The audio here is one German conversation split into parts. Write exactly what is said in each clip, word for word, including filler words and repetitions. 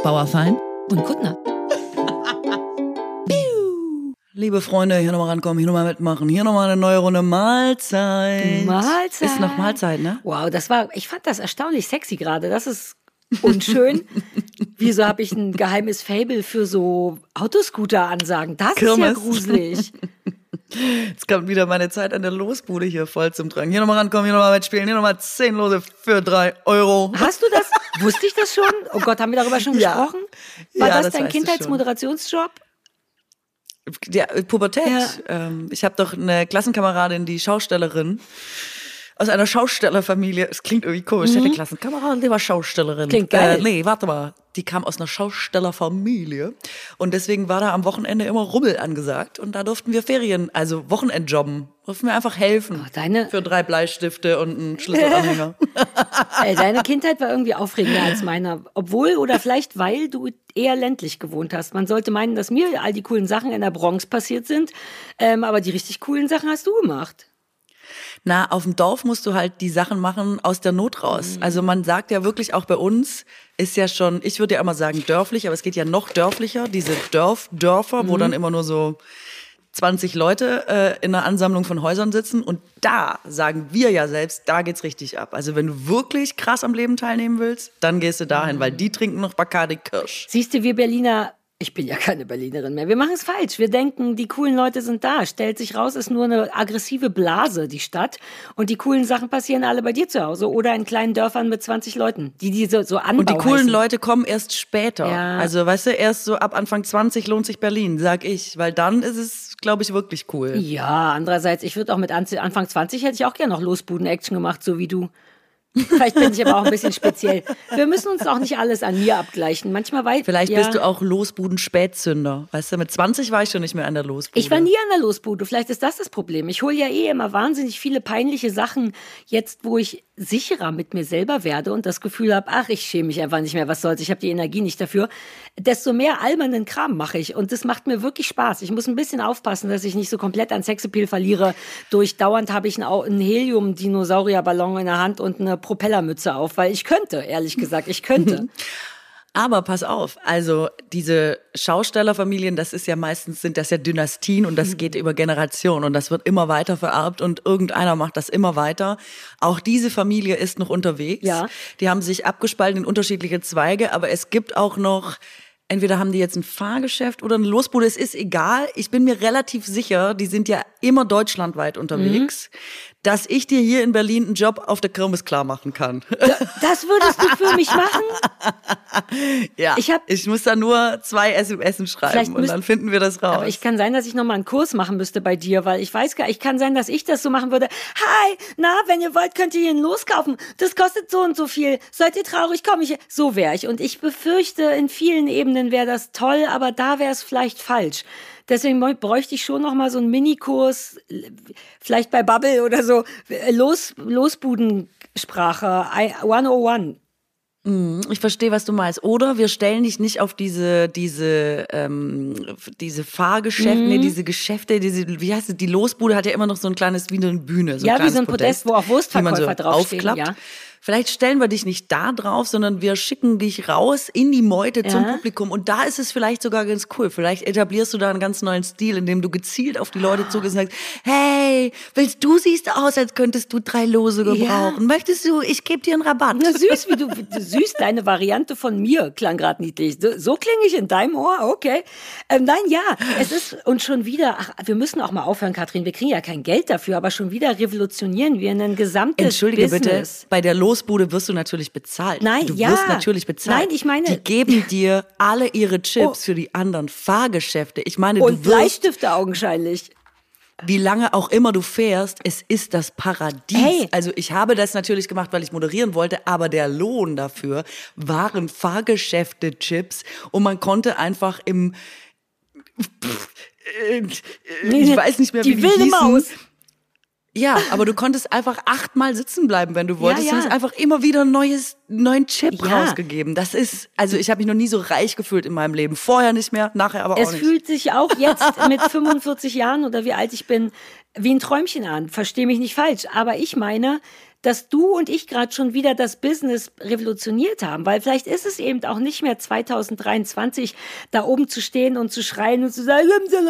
Bauerfein und Kuttner. Liebe Freunde, hier nochmal rankommen, hier nochmal mitmachen, hier nochmal eine neue Runde Mahlzeit. Mahlzeit. Ist noch Mahlzeit, ne? Wow, das war, ich fand das erstaunlich sexy gerade. Das ist unschön. Wieso habe ich ein geheimes Faible für so Autoscooter-Ansagen? Das Kirmes. Ist ja gruselig. Jetzt kommt wieder meine Zeit an der Losbude hier voll zum Tragen. Hier nochmal rankommen, hier nochmal mitspielen, hier nochmal zehn Lose für drei Euro. Hast du das? Wusste ich das schon? Oh Gott, haben wir darüber schon Ja. gesprochen? War Ja, das, das dein weißt du Kindheitsmoderationsjob? Ja, Pubertät. Ja. Ähm, ich habe doch eine Klassenkameradin, die Schaustellerin, aus einer Schaustellerfamilie. Es klingt irgendwie komisch. Ich hatte eine Klassenkameradin, die war Schaustellerin. Klingt geil. Äh, nee, warte mal. Die kam aus einer Schaustellerfamilie. Und deswegen war da am Wochenende immer Rummel angesagt. Und da durften wir Ferien, also Wochenendjobben, durften wir einfach helfen. Oh, deine- Für drei Bleistifte und einen Schlüsselanhänger. Ey, deine Kindheit war irgendwie aufregender als meiner. Obwohl oder vielleicht, weil du eher ländlich gewohnt hast. Man sollte meinen, dass mir all die coolen Sachen in der Bronx passiert sind. Ähm, aber die richtig coolen Sachen hast du gemacht. Na, auf dem Dorf musst du halt die Sachen machen aus der Not raus. Also man sagt ja wirklich auch bei uns, ist ja schon, ich würde ja immer sagen dörflich, aber es geht ja noch dörflicher, diese Dörf, Dörfer, wo dann immer nur so zwanzig Leute äh, in einer Ansammlung von Häusern sitzen. Und da sagen wir ja selbst, da geht's richtig ab. Also wenn du wirklich krass am Leben teilnehmen willst, dann gehst du dahin, weil die trinken noch Bacardi Kirsch. Siehst du, wir Berliner, ich bin ja keine Berlinerin mehr, wir machen es falsch. Wir denken, die coolen Leute sind da. Stellt sich raus, ist nur eine aggressive Blase, die Stadt. Und die coolen Sachen passieren alle bei dir zu Hause oder in kleinen Dörfern mit zwanzig Leuten, die diese so Anbau Und die coolen heißen. Leute kommen erst später. Ja. Also weißt du, erst so ab Anfang zwanzig lohnt sich Berlin, sag ich. Weil dann ist es, glaube ich, wirklich cool. Ja, andererseits, ich würde auch mit Anfang zwanzig hätte ich auch gerne noch Losbuden-Action gemacht, so wie du. Vielleicht bin ich aber auch ein bisschen speziell. Wir müssen uns auch nicht alles an mir abgleichen. Manchmal weil Vielleicht ja, bist du auch Losbuden-Spätzünder. Weißt du, mit zwanzig war ich schon nicht mehr an der Losbude. Ich war nie an der Losbude. Vielleicht ist das das Problem. Ich hole ja eh immer wahnsinnig viele peinliche Sachen jetzt, wo ich sicherer mit mir selber werde und das Gefühl habe, ach, ich schäme mich einfach nicht mehr, was soll's, ich habe die Energie nicht dafür. Desto mehr albernen Kram mache ich und das macht mir wirklich Spaß. Ich muss ein bisschen aufpassen, dass ich nicht so komplett an Sexappeal verliere. Durch dauernd habe ich einen, einen Helium-Dinosaurierballon in der Hand und eine Propellermütze auf, weil ich könnte, ehrlich gesagt, ich könnte. Aber pass auf, also diese Schaustellerfamilien, das ist ja meistens, sind das ja Dynastien und das geht über Generationen und das wird immer weiter vererbt und irgendeiner macht das immer weiter. Auch diese Familie ist noch unterwegs. Ja. Die haben sich abgespalten in unterschiedliche Zweige, aber es gibt auch noch, entweder haben die jetzt ein Fahrgeschäft oder eine Losbude, es ist egal. Ich bin mir relativ sicher, die sind ja immer deutschlandweit unterwegs, mhm. dass ich dir hier in Berlin einen Job auf der Kirmes klar machen kann. Das würdest du für mich machen? Ja, ich, hab, ich muss da nur zwei S M S schreiben und dann finden wir das raus. Aber ich kann sein, dass ich nochmal einen Kurs machen müsste bei dir, weil ich weiß gar nicht, ich kann sein, dass ich das so machen würde. Hi, na, wenn ihr wollt, könnt ihr hier ein Los kaufen. Das kostet so und so viel. Seid ihr traurig? Komm, ich, so wäre ich. Und ich befürchte, in vielen Ebenen wäre das toll, aber da wäre es vielleicht falsch. Deswegen bräuchte ich schon noch mal so einen Minikurs, vielleicht bei Bubble oder so, Los, Losbudensprache hundertundeins. Ich verstehe, was du meinst. Oder wir stellen dich nicht auf diese diese ähm, diese Fahrgeschäfte, mhm. nee, diese Geschäfte, diese, wie heißt es, die Losbude hat ja immer noch so ein kleines, wie eine Bühne. So ja, ein wie so ein Podest, Podest, wo auch Wurstverkäufer so draufstehen. Aufklappt. Ja. Vielleicht stellen wir dich nicht da drauf, sondern wir schicken dich raus in die Meute zum Ja. Publikum. Und da ist es vielleicht sogar ganz cool. Vielleicht etablierst du da einen ganz neuen Stil, indem du gezielt auf die Leute zugehst und sagst, hey, willst du siehst aus, als könntest du drei Lose gebrauchen. Ja. Möchtest du, ich gebe dir einen Rabatt. Na, süß, wie du, süß, deine Variante von mir klang gerade niedlich. So, so klinge ich in deinem Ohr, okay. Ähm, nein, ja, es ist, und schon wieder, ach, wir müssen auch mal aufhören, Katrin, wir kriegen ja kein Geld dafür, aber schon wieder revolutionieren wir ein gesamtes Entschuldige Business. bitte, bei der Losbude wirst du natürlich bezahlt. Nein, du ja. wirst natürlich bezahlt. Nein, ich meine- die geben dir alle ihre Chips Oh. für die anderen Fahrgeschäfte. Ich meine, Und du wirst, Bleistifte augenscheinlich. wie lange auch immer du fährst, es ist das Paradies. Hey. Also ich habe das natürlich gemacht, weil ich moderieren wollte, aber der Lohn dafür waren Fahrgeschäfte-Chips und man konnte einfach im ich weiß nicht mehr, wie die die wilde hießen. Maus. Ja, aber du konntest einfach achtmal sitzen bleiben, wenn du wolltest. Ja, ja. Du hast einfach immer wieder ein neues, einen neuen Chip Ja. rausgegeben. Das ist, also ich habe mich noch nie so reich gefühlt in meinem Leben. Vorher nicht mehr, nachher aber Es auch nicht. fühlt sich auch jetzt mit fünfundvierzig Jahren oder wie alt ich bin, wie ein Träumchen an. Versteh mich nicht falsch. Aber ich meine, dass du und ich gerade schon wieder das Business revolutioniert haben. Weil vielleicht ist es eben auch nicht mehr zweitausenddreiundzwanzig, da oben zu stehen und zu schreien und zu sagen,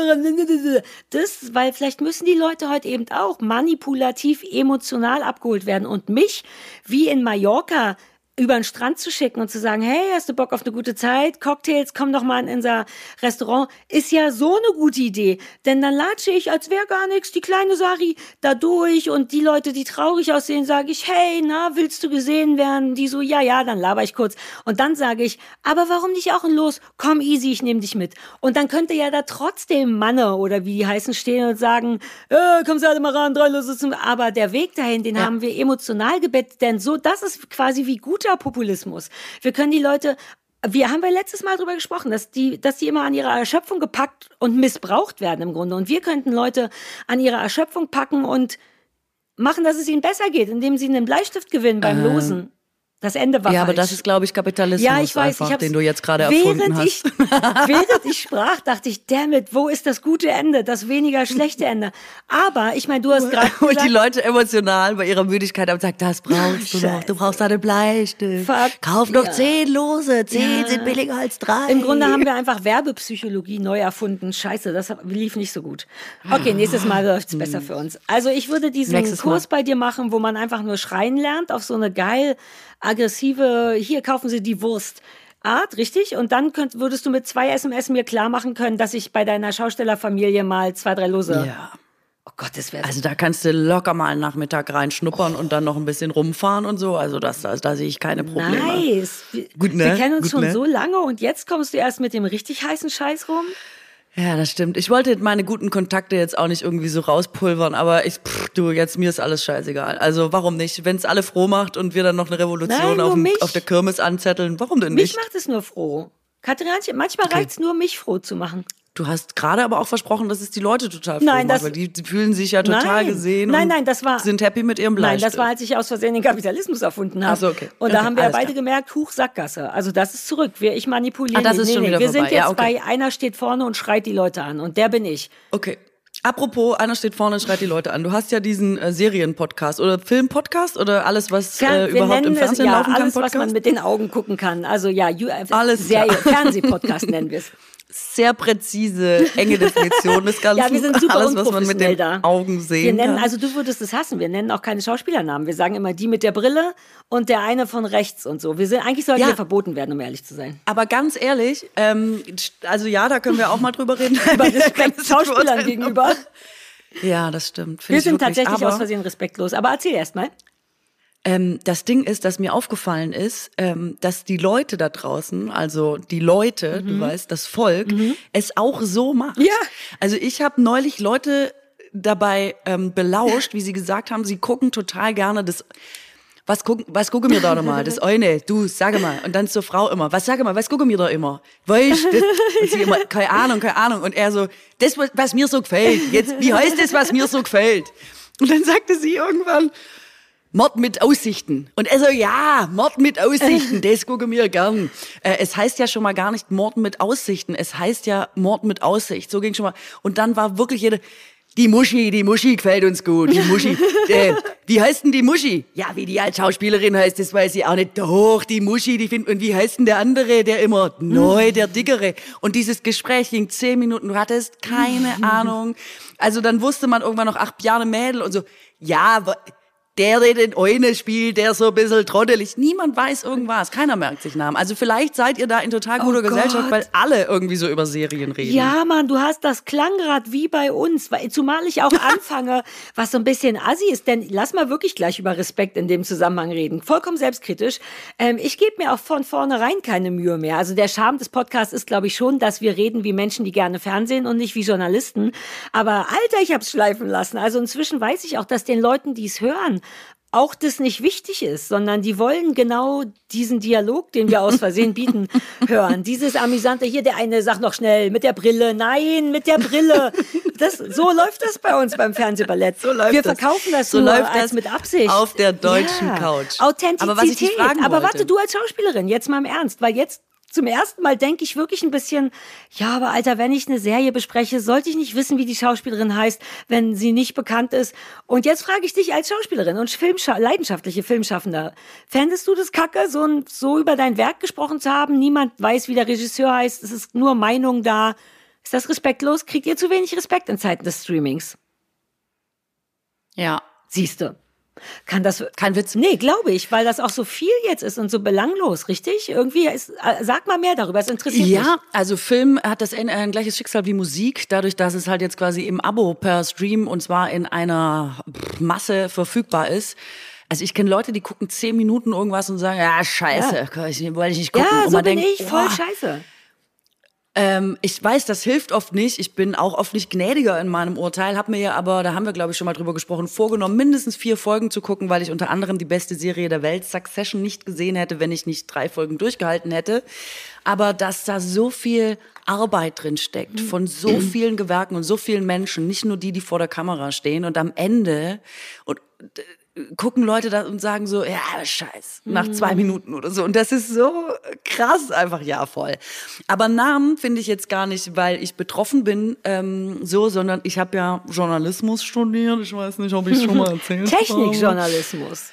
das, weil vielleicht müssen die Leute heute eben auch manipulativ, emotional abgeholt werden. Und mich, wie in Mallorca, über den Strand zu schicken und zu sagen, hey, hast du Bock auf eine gute Zeit? Cocktails, komm doch mal in unser Restaurant. Ist ja so eine gute Idee. Denn dann latsche ich, als wäre gar nichts, die kleine Sari da durch und die Leute, die traurig aussehen, sage ich, hey, na, willst du gesehen werden? Die so, ja, ja, dann laber ich kurz. Und dann sage ich, aber warum nicht auch ein Los? Komm, easy, ich nehme dich mit. Und dann könnte ja da trotzdem Manne oder wie die heißen stehen und sagen, äh, komm, alle mal ran, drei Lose zum... Aber der Weg dahin, den Ja. haben wir emotional gebettet, denn so, das ist quasi wie guter Populismus. Wir können die Leute, wir haben ja letztes Mal drüber gesprochen, dass die, dass die immer an ihrer Erschöpfung gepackt und missbraucht werden im Grunde. Und wir könnten Leute an ihrer Erschöpfung packen und machen, dass es ihnen besser geht, indem sie einen Bleistift gewinnen beim Ähm. Losen. Das Ende war Ja, falsch. aber das ist, glaube ich, Kapitalismus Ja, ich weiß, einfach, ich hab's, den du jetzt gerade während erfunden hast. ich, während ich sprach, dachte ich, dammit, wo ist das gute Ende, das weniger schlechte Ende? Aber, ich meine, du hast gerade Und die gesagt, Leute emotional bei ihrer Müdigkeit haben gesagt, das brauchst du noch, Scheiße. du brauchst einen Bleistift. Fuck, Kauf noch ja. zehn Lose, zehn Ja. sind billiger als drei. im Grunde haben wir einfach Werbepsychologie neu erfunden. Scheiße, das lief nicht so gut. Okay, nächstes Mal läuft's besser für uns. Also ich würde diesen Nächstes Kurs Mal. bei dir machen, wo man einfach nur schreien lernt auf so eine geil aggressive, hier kaufen Sie die Wurst. Art, richtig? Und dann könnt, würdest du mit zwei S M S mir klar machen können, dass ich bei deiner Schaustellerfamilie mal zwei, drei Lose... Ja. Oh Gott, das wäre... Also da kannst du locker mal einen Nachmittag reinschnuppern und dann noch ein bisschen rumfahren und so. Also das, das, da sehe ich keine Probleme. Nice. Wir, Gut, ne? wir kennen uns Gut, schon ne? so lange und jetzt kommst du erst mit dem richtig heißen Scheiß rum? Ja, das stimmt. Ich wollte meine guten Kontakte jetzt auch nicht irgendwie so rauspulvern, aber ich, pff, du, jetzt mir ist alles scheißegal. Also warum nicht? Wenn es alle froh macht und wir dann noch eine Revolution Nein, nur auf, dem, mich. auf der Kirmes anzetteln, warum denn Mich nicht? macht es nur froh. Katrinanchen, manchmal Okay. reicht's nur, mich froh zu machen. Du hast gerade aber auch versprochen, dass es die Leute total froh Nein, macht, das- weil die, die fühlen sich ja total Nein. gesehen Nein, und nein, das war- sind happy mit ihrem Nein, Bleistift. das war, als ich aus Versehen den Kapitalismus erfunden habe. Ach so, okay. Und da Okay, haben wir ja alles beide klar. gemerkt, Huch, Sackgasse. Also das ist zurück. Wir, ich manipuliere Ah, das nicht. ist Nee, schon nee. wieder Wir sind vorbei. jetzt Ja, okay. bei, einer steht vorne und schreit die Leute an. Und der bin ich. Okay. Apropos, einer steht vorne und schreit die Leute an. Du hast ja diesen äh, Serienpodcast oder Filmpodcast oder alles, was Fern- äh, wir überhaupt nennen im es, Fernsehen ja, laufen kann, alles, Podcast? was man mit den Augen gucken kann. Also ja, you, äh, Alles Serie, klar. Fernsehpodcast nennen wir es. Sehr präzise, enge Definition des Ganzen. Ja, wir sind super alles, was man mit unprofessionell den da. Augen sehen Wir nennen, kann. also du würdest es hassen, wir nennen auch keine Schauspielernamen. Wir sagen immer die mit der Brille und der eine von rechts und so. Wir sind, eigentlich sollten Ja. wir verboten werden, um ehrlich zu sein. Aber ganz ehrlich, ähm, also ja, da können wir auch mal drüber reden. Über Respekt Keine Schauspielern Situation. gegenüber. Ja, das stimmt. Find Wir ich sind wirklich. tatsächlich Aber, aus Versehen respektlos. Aber erzähl erst mal. Ähm, das Ding ist, dass mir aufgefallen ist, ähm, dass die Leute da draußen, also die Leute, du weißt, das Volk, es auch so macht. Ja. Also ich habe neulich Leute dabei ähm, belauscht, wie sie gesagt haben, sie gucken total gerne das. Was gucken, was gucken wir da nochmal? Das eine, du, sag mal. Und dann zur Frau immer, was sag mal, was gucken wir da immer? Weißt du? Und sie immer, keine Ahnung, keine Ahnung. Und er so, das, was, was mir so gefällt. Jetzt, wie heißt das, was mir so gefällt? Und dann sagte sie irgendwann, Mord mit Aussichten. Und er so, ja, Mord mit Aussichten, das gucken wir gern. Äh, es heißt ja schon mal gar nicht Mord mit Aussichten, es heißt ja Mord mit Aussicht. So ging schon mal. Und dann war wirklich jede, die Muschi, die Muschi gefällt uns gut, die Muschi. äh, wie heißt denn die Muschi? Ja, wie die als Schauspielerin heißt, das weiß ich auch nicht. Doch, die Muschi, die find, und wie heißt denn der andere, der immer, neu, der Dickere. Und dieses Gespräch ging zehn Minuten, du hattest keine Ahnung. Also dann wusste man irgendwann noch, ach, Bjarne Mädel und so, ja, wa- der, der den Eune spielt, der so ein bisschen trottelig. Niemand weiß irgendwas. Keiner merkt sich Namen. Also vielleicht seid ihr da in total guter Oh Gesellschaft, Gott. weil alle irgendwie so über Serien reden. Ja, Mann, du hast das klang grad wie bei uns, weil, zumal ich auch anfange, was so ein bisschen assi ist, denn lass mal wirklich gleich über Respekt in dem Zusammenhang reden. Vollkommen selbstkritisch. Ähm, ich gebe mir auch von vornherein keine Mühe mehr. Also der Charme des Podcasts ist, glaube ich, schon, dass wir reden wie Menschen, die gerne Fernsehen und nicht wie Journalisten. Aber Alter, ich hab's schleifen lassen. Also inzwischen weiß ich auch, dass den Leuten, die es hören, auch das nicht wichtig ist, sondern die wollen genau diesen Dialog, den wir aus Versehen bieten, hören. Dieses amüsante, hier der eine sagt noch schnell, mit der Brille, nein, mit der Brille. Das, so läuft das bei uns beim Fernsehballett. So läuft wir verkaufen das, so nur läuft als das mit Absicht. Auf der deutschen ja. Couch. Authentizität. Aber was ich dich fragen Aber wollte. warte, du als Schauspielerin, jetzt mal im Ernst, weil jetzt zum ersten Mal denke ich wirklich ein bisschen, ja, aber Alter, wenn ich eine Serie bespreche, sollte ich nicht wissen, wie die Schauspielerin heißt, wenn sie nicht bekannt ist. Und jetzt frage ich dich als Schauspielerin und Filmscha- leidenschaftliche Filmschaffender, fändest du das kacke, so, ein, so über dein Werk gesprochen zu haben? Niemand weiß, wie der Regisseur heißt, es ist nur Meinung da. Ist das respektlos? Kriegt ihr zu wenig Respekt in Zeiten des Streamings? Ja. Siehste. Kann das, kein Witz. Nee, glaube ich, weil das auch so viel jetzt ist und so belanglos, richtig? Irgendwie ist, sag mal mehr darüber, es interessiert ja, mich. Ja, also Film hat das ein, ein gleiches Schicksal wie Musik, dadurch, dass es halt jetzt quasi im Abo per Stream und zwar in einer Masse verfügbar ist. Also ich kenne Leute, die gucken zehn Minuten irgendwas und sagen, ja, scheiße, ja. Ich, wollte ich nicht gucken. Ja, und so man bin denkt, ich, voll boah, scheiße. Ähm, ich weiß, das hilft oft nicht. Ich bin auch oft nicht gnädiger in meinem Urteil, habe mir ja aber, da haben wir glaube ich schon mal drüber gesprochen, vorgenommen, mindestens vier Folgen zu gucken, weil ich unter anderem die beste Serie der Welt, Succession, nicht gesehen hätte, wenn ich nicht drei Folgen durchgehalten hätte. Aber dass da so viel Arbeit drin steckt von so vielen Gewerken und so vielen Menschen, nicht nur die, die vor der Kamera stehen und am Ende und gucken Leute da und sagen so, ja, scheiß, nach zwei Minuten oder so. Und das ist so krass, einfach ja voll. Aber Namen finde ich jetzt gar nicht, weil ich betroffen bin, ähm, so, sondern ich habe ja Journalismus studiert. Ich weiß nicht, ob ich es schon mal erzählt habe. Technikjournalismus.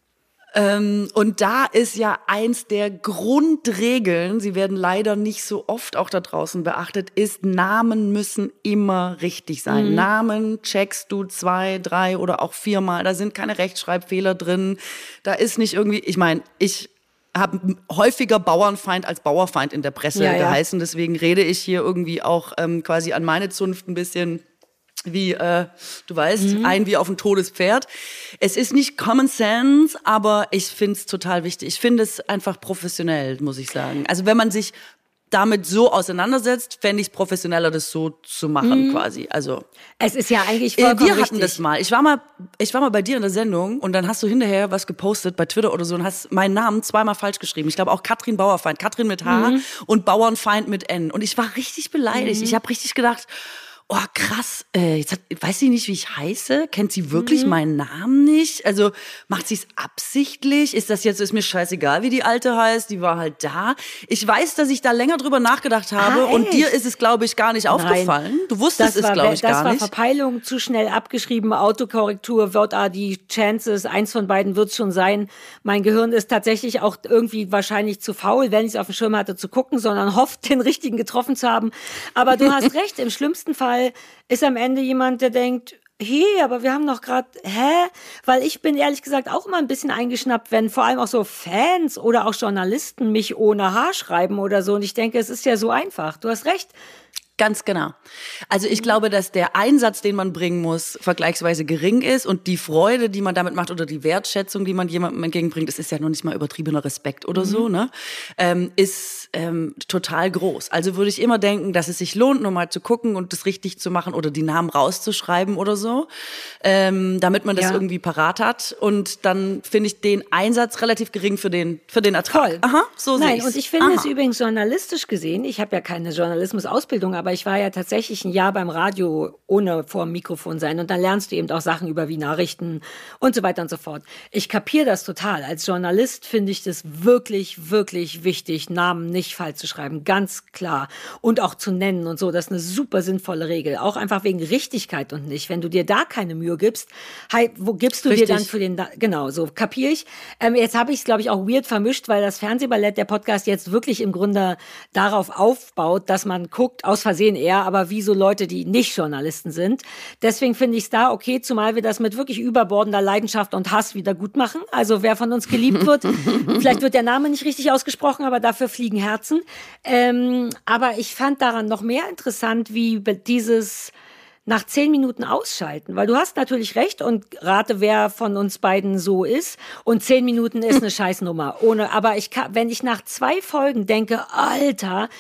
Ähm, und da ist ja eins der Grundregeln, sie werden leider nicht so oft auch da draußen beachtet, ist, Namen müssen immer richtig sein. Mhm. Namen checkst du zwei, drei oder auch viermal. Da sind keine Rechtschreibfehler drin. Da ist nicht irgendwie, ich meine, ich habe häufiger Bauernfeind als Bauerfeind in der Presse ja, ja. geheißen. Deswegen rede ich hier irgendwie auch ähm, quasi an meine Zunft ein bisschen wie, äh, du weißt, mhm. ein wie auf ein totes Pferd. Es ist nicht Common Sense, aber ich finde es total wichtig. Ich finde es einfach professionell, muss ich sagen. Also wenn man sich damit so auseinandersetzt, fände ich es professioneller, das so zu machen, mhm. quasi. Also es ist ja eigentlich vollkommen Wir hatten richtig. das mal. Ich war mal, ich war mal bei dir in der Sendung und dann hast du hinterher was gepostet bei Twitter oder so und hast meinen Namen zweimal falsch geschrieben. Ich glaube auch Katrin Bauerfeind, Katrin mit H mhm. und Bauernfeind mit N. Und ich war richtig beleidigt. Mhm. Ich habe richtig gedacht, oh krass, äh, jetzt hat, weiß sie nicht, wie ich heiße? Kennt sie wirklich mhm. meinen Namen nicht? Also macht sie es absichtlich? Ist das jetzt, ist mir scheißegal, wie die Alte heißt? Die war halt da. Ich weiß, dass ich da länger drüber nachgedacht habe ah, und dir ist es, glaube ich, gar nicht Nein. aufgefallen. Du wusstest das war, es, glaube ich, gar nicht. Das war Verpeilung, zu schnell abgeschrieben, Autokorrektur, wird ah, die Chances, eins von beiden wird es schon sein. Mein Gehirn ist tatsächlich auch irgendwie wahrscheinlich zu faul, wenn ich es auf dem Schirm hatte, zu gucken, sondern hofft, den richtigen getroffen zu haben. Aber du hast recht, im schlimmsten Fall ist am Ende jemand, der denkt, hey, aber wir haben doch gerade, hä? Weil ich bin ehrlich gesagt auch immer ein bisschen eingeschnappt, wenn vor allem auch so Fans oder auch Journalisten mich ohne H schreiben oder so. Und ich denke, es ist ja so einfach. Du hast recht. Ganz genau. Also ich glaube, dass der Einsatz, den man bringen muss, vergleichsweise gering ist und die Freude, die man damit macht oder die Wertschätzung, die man jemandem entgegenbringt, das ist ja noch nicht mal übertriebener Respekt oder mhm. so, ne, ähm, ist ähm, total groß. Also würde ich immer denken, dass es sich lohnt, nochmal zu gucken und das richtig zu machen oder die Namen rauszuschreiben oder so, ähm, damit man das ja. irgendwie parat hat. Und dann finde ich den Einsatz relativ gering für den für den Ertrag. Toll. Aha, so sehe Nein, ich's. und ich finde Aha. es übrigens journalistisch gesehen, ich habe ja keine Journalismusausbildung, aber ich war ja tatsächlich ein Jahr beim Radio ohne vor dem Mikrofon sein und dann lernst du eben auch Sachen über wie Nachrichten und so weiter und so fort. Ich kapiere das total. Als Journalist finde ich das wirklich, wirklich wichtig, Namen nicht falsch zu schreiben, ganz klar. Und auch zu nennen und so, das ist eine super sinnvolle Regel. Auch einfach wegen Richtigkeit und nicht. Wenn du dir da keine Mühe gibst, hey, wo gibst du Richtig. dir dann für den, genau, so kapiere ich. Ähm, jetzt habe ich es, glaube ich, auch weird vermischt, weil das Fernsehballett, der Podcast jetzt wirklich im Grunde darauf aufbaut, dass man guckt, aus Versehen eher, aber wie so Leute, die nicht Journalisten sind. Deswegen finde ich es da okay, zumal wir das mit wirklich überbordender Leidenschaft und Hass wieder gut machen. Also wer von uns geliebt wird, vielleicht wird der Name nicht richtig ausgesprochen, aber dafür fliegen Herzen. Ähm, aber ich fand daran noch mehr interessant, wie dieses nach zehn Minuten ausschalten, weil du hast natürlich recht und rate, wer von uns beiden so ist und zehn Minuten ist eine Scheißnummer. Ohne, aber ich kann, wenn ich nach zwei Folgen denke, Alter,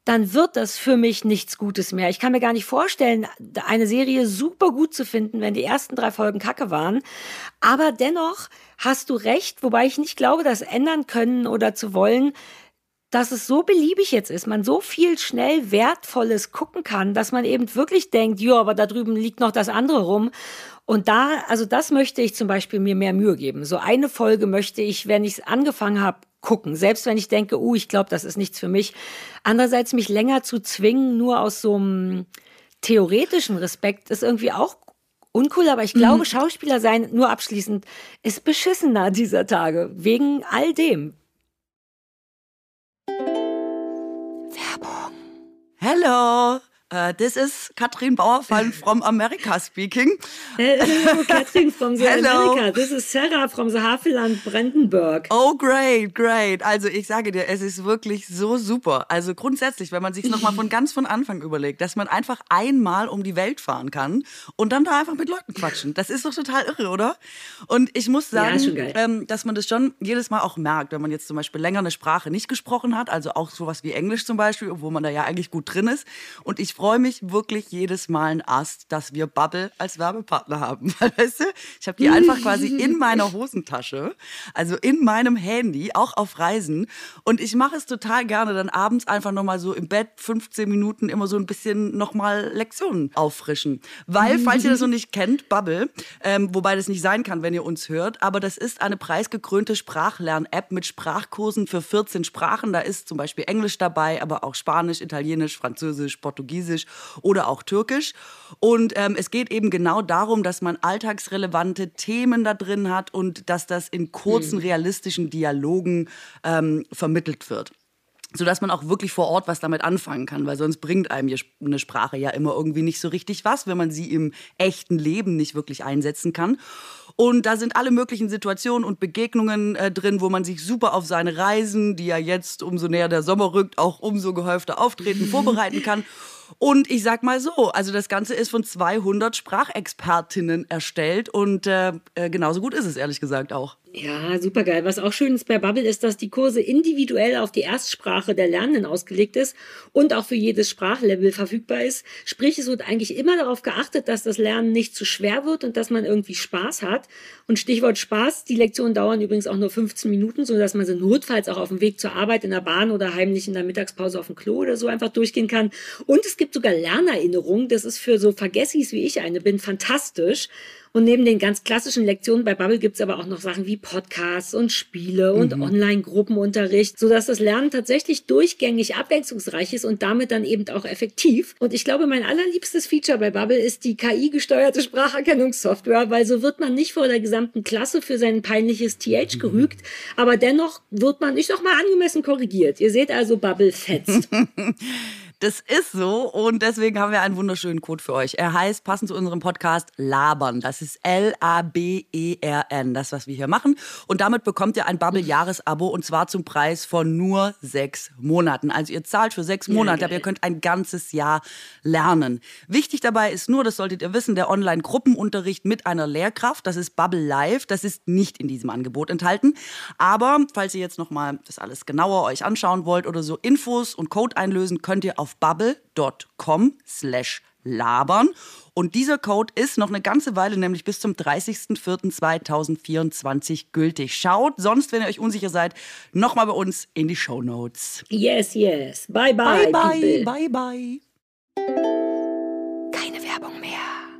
dann wird das für mich nichts Gutes mehr. Ich kann mir gar nicht vorstellen, eine Serie super gut zu finden, wenn die ersten drei Folgen Kacke waren. Aber dennoch hast du recht, wobei ich nicht glaube, das ändern können oder zu wollen, dass es so beliebig jetzt ist, man so viel schnell Wertvolles gucken kann, dass man eben wirklich denkt, ja, aber da drüben liegt noch das andere rum. Und da, also das möchte ich zum Beispiel mir mehr Mühe geben. So eine Folge möchte ich, wenn ich es angefangen habe, gucken. Selbst wenn ich denke, uh, ich glaube, das ist nichts für mich. Andererseits mich länger zu zwingen, nur aus so einem theoretischen Respekt, ist irgendwie auch uncool. Aber ich glaube, mhm. Schauspieler sein, nur abschließend, ist beschissener dieser Tage. Wegen all dem. Werbung. Hello. Uh, this is Katrin Bauerfeind from America speaking. Hello, Katrin from the Hello. America. This is Sarah from the Havelland Brandenburg. Oh, great, great. Also ich sage dir, es ist wirklich so super. Also grundsätzlich, wenn man sich nochmal von ganz von Anfang überlegt, dass man einfach einmal um die Welt fahren kann und dann da einfach mit Leuten quatschen. Das ist doch total irre, oder? Und ich muss sagen, ja, ähm, dass man das schon jedes Mal auch merkt, wenn man jetzt zum Beispiel länger eine Sprache nicht gesprochen hat, also auch sowas wie Englisch zum Beispiel, wo man da ja eigentlich gut drin ist. Und ich freue mich wirklich jedes Mal ein Ast, dass wir Bubble als Werbepartner haben. Weißt du, ich habe die einfach quasi in meiner Hosentasche, also in meinem Handy, auch auf Reisen. Und ich mache es total gerne, dann abends einfach nochmal so im Bett fünfzehn Minuten immer so ein bisschen nochmal Lektionen auffrischen. Weil, falls ihr das noch nicht kennt, Bubble, ähm, wobei das nicht sein kann, wenn ihr uns hört, aber das ist eine preisgekrönte Sprachlern-App mit Sprachkursen für vierzehn Sprachen. Da ist zum Beispiel Englisch dabei, aber auch Spanisch, Italienisch, Französisch, Portugiesisch oder auch Türkisch. Und ähm, es geht eben genau darum, dass man alltagsrelevante Themen da drin hat und dass das in kurzen, mhm. realistischen Dialogen ähm, vermittelt wird. Sodass man auch wirklich vor Ort was damit anfangen kann, weil sonst bringt einem eine Sprache ja immer irgendwie nicht so richtig was, wenn man sie im echten Leben nicht wirklich einsetzen kann. Und da sind alle möglichen Situationen und Begegnungen äh, drin, wo man sich super auf seine Reisen, die ja jetzt umso näher der Sommer rückt, auch umso gehäufter auftreten, vorbereiten kann. Und ich sag mal so, also das Ganze ist von zweihundert Sprachexpertinnen erstellt und äh, genauso gut ist es, ehrlich gesagt, auch. Ja, super geil. Was auch schön ist bei Bubble ist, dass die Kurse individuell auf die Erstsprache der Lernenden ausgelegt ist und auch für jedes Sprachlevel verfügbar ist. Sprich, es wird eigentlich immer darauf geachtet, dass das Lernen nicht zu schwer wird und dass man irgendwie Spaß hat. Und Stichwort Spaß, die Lektionen dauern übrigens auch nur fünfzehn Minuten, sodass man sie notfalls auch auf dem Weg zur Arbeit in der Bahn oder heimlich in der Mittagspause auf dem Klo oder so einfach durchgehen kann. Und es gibt sogar Lernerinnerungen. Das ist für so Vergessis, wie ich eine bin, fantastisch. Und neben den ganz klassischen Lektionen bei Bubble gibt's aber auch noch Sachen wie Podcasts und Spiele und mhm. Online-Gruppenunterricht, sodass das Lernen tatsächlich durchgängig abwechslungsreich ist und damit dann eben auch effektiv. Und ich glaube, mein allerliebstes Feature bei Bubble ist die K I-gesteuerte Spracherkennungssoftware, weil so wird man nicht vor der gesamten Klasse für sein peinliches T H gerügt, aber dennoch wird man, ich sag mal, angemessen korrigiert. Ihr seht also, Bubble fetzt. Das ist so und deswegen haben wir einen wunderschönen Code für euch. Er heißt, passend zu unserem Podcast, Labern. Das ist L A B E R N, das, was wir hier machen. Und damit bekommt ihr ein Bubble-Jahresabo und zwar zum Preis von nur sechs Monaten. Also ihr zahlt für sechs Monate, ja, aber ihr könnt ein ganzes Jahr lernen. Wichtig dabei ist nur, das solltet ihr wissen, der Online-Gruppenunterricht mit einer Lehrkraft. Das ist Bubble Live. Das ist nicht in diesem Angebot enthalten. Aber falls ihr jetzt nochmal das alles genauer euch anschauen wollt oder so Infos und Code einlösen, könnt ihr auf bubble.com slash labern. Und dieser Code ist noch eine ganze Weile, nämlich bis zum dreißigsten vierten zweitausendvierundzwanzig gültig. Schaut sonst, wenn ihr euch unsicher seid, nochmal bei uns in die Shownotes. Yes, yes. Bye, bye, bye, bye, people. bye, bye. Keine Werbung mehr.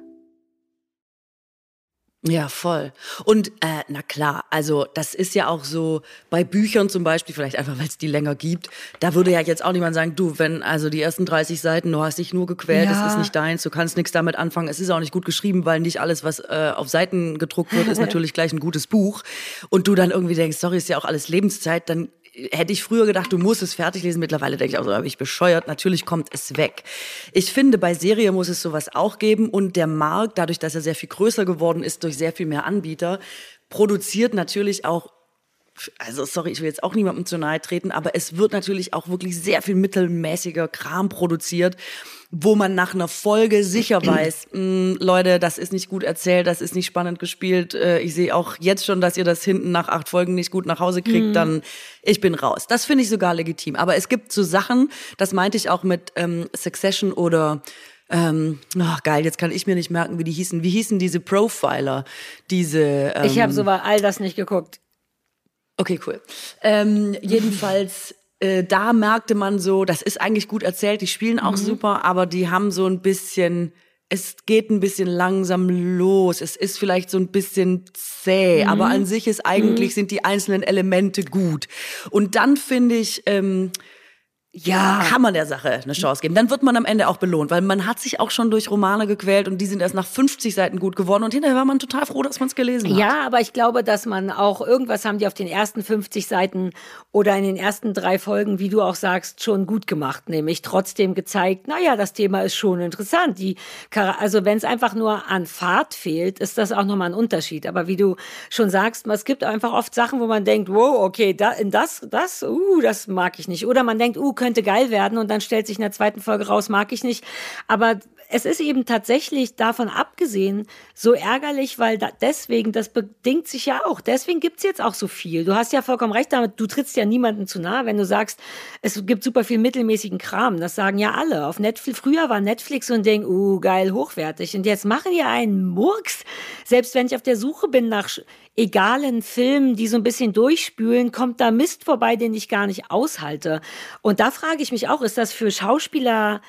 Ja, voll. Und äh, na klar, also das ist ja auch so bei Büchern zum Beispiel, vielleicht einfach, weil es die länger gibt, da würde ja jetzt auch niemand sagen, du, wenn also die ersten dreißig Seiten, du hast dich nur gequält, ja. Es ist nicht deins, du kannst nichts damit anfangen, es ist auch nicht gut geschrieben, weil nicht alles, was äh, auf Seiten gedruckt wird, ist natürlich gleich ein gutes Buch. Und du dann irgendwie denkst, sorry, ist ja auch alles Lebenszeit, dann hätte ich früher gedacht, du musst es fertig lesen. Mittlerweile denke ich auch so, habe ich bescheuert. Natürlich kommt es weg. Ich finde, bei Serie muss es sowas auch geben. Und der Markt, dadurch, dass er sehr viel größer geworden ist, durch sehr viel mehr Anbieter, produziert natürlich auch, also sorry, ich will jetzt auch niemandem zu nahe treten, aber es wird natürlich auch wirklich sehr viel mittelmäßiger Kram produziert, wo man nach einer Folge sicher weiß, mh, Leute, das ist nicht gut erzählt, das ist nicht spannend gespielt, äh, ich sehe auch jetzt schon, dass ihr das hinten nach acht Folgen nicht gut nach Hause kriegt, mhm. dann ich bin raus. Das finde ich sogar legitim. Aber es gibt so Sachen, das meinte ich auch mit ähm, Succession oder Ähm, oh, geil, jetzt kann ich mir nicht merken, wie die hießen. Wie hießen diese Profiler? Diese. Ähm, ich habe so all das nicht geguckt. Okay, cool. Ähm, jedenfalls, äh, da merkte man so, das ist eigentlich gut erzählt, die spielen auch mhm. super, aber die haben so ein bisschen, es geht ein bisschen langsam los. Es ist vielleicht so ein bisschen zäh, mhm. aber an sich ist eigentlich, mhm. sind die einzelnen Elemente gut. Und dann finde ich, ähm, ja, kann man der Sache eine Chance geben. Dann wird man am Ende auch belohnt, weil man hat sich auch schon durch Romane gequält und die sind erst nach fünfzig Seiten gut geworden und hinterher war man total froh, dass man es gelesen hat. Ja, aber ich glaube, dass man auch, irgendwas haben die auf den ersten fünfzig Seiten oder in den ersten drei Folgen, wie du auch sagst, schon gut gemacht, nämlich trotzdem gezeigt, naja, das Thema ist schon interessant. Die, also wenn es einfach nur an Fahrt fehlt, ist das auch nochmal ein Unterschied. Aber wie du schon sagst, es gibt einfach oft Sachen, wo man denkt, wow, okay, da, in das, das, uh, das mag ich nicht. Oder man denkt, uh, könnte geil werden und dann stellt sich in der zweiten Folge raus, mag ich nicht. Aber es ist eben tatsächlich davon abgesehen so ärgerlich, weil da deswegen, das bedingt sich ja auch. Deswegen gibt's jetzt auch so viel. Du hast ja vollkommen recht damit, du trittst ja niemandem zu nahe, wenn du sagst, es gibt super viel mittelmäßigen Kram. Das sagen ja alle. Auf Netflix, früher war Netflix so ein Ding, uh, geil, hochwertig. Und jetzt machen die einen Murks. Selbst wenn ich auf der Suche bin nach egalen Filmen, die so ein bisschen durchspülen, kommt da Mist vorbei, den ich gar nicht aushalte. Und da frage ich mich auch, ist das für Schauspieler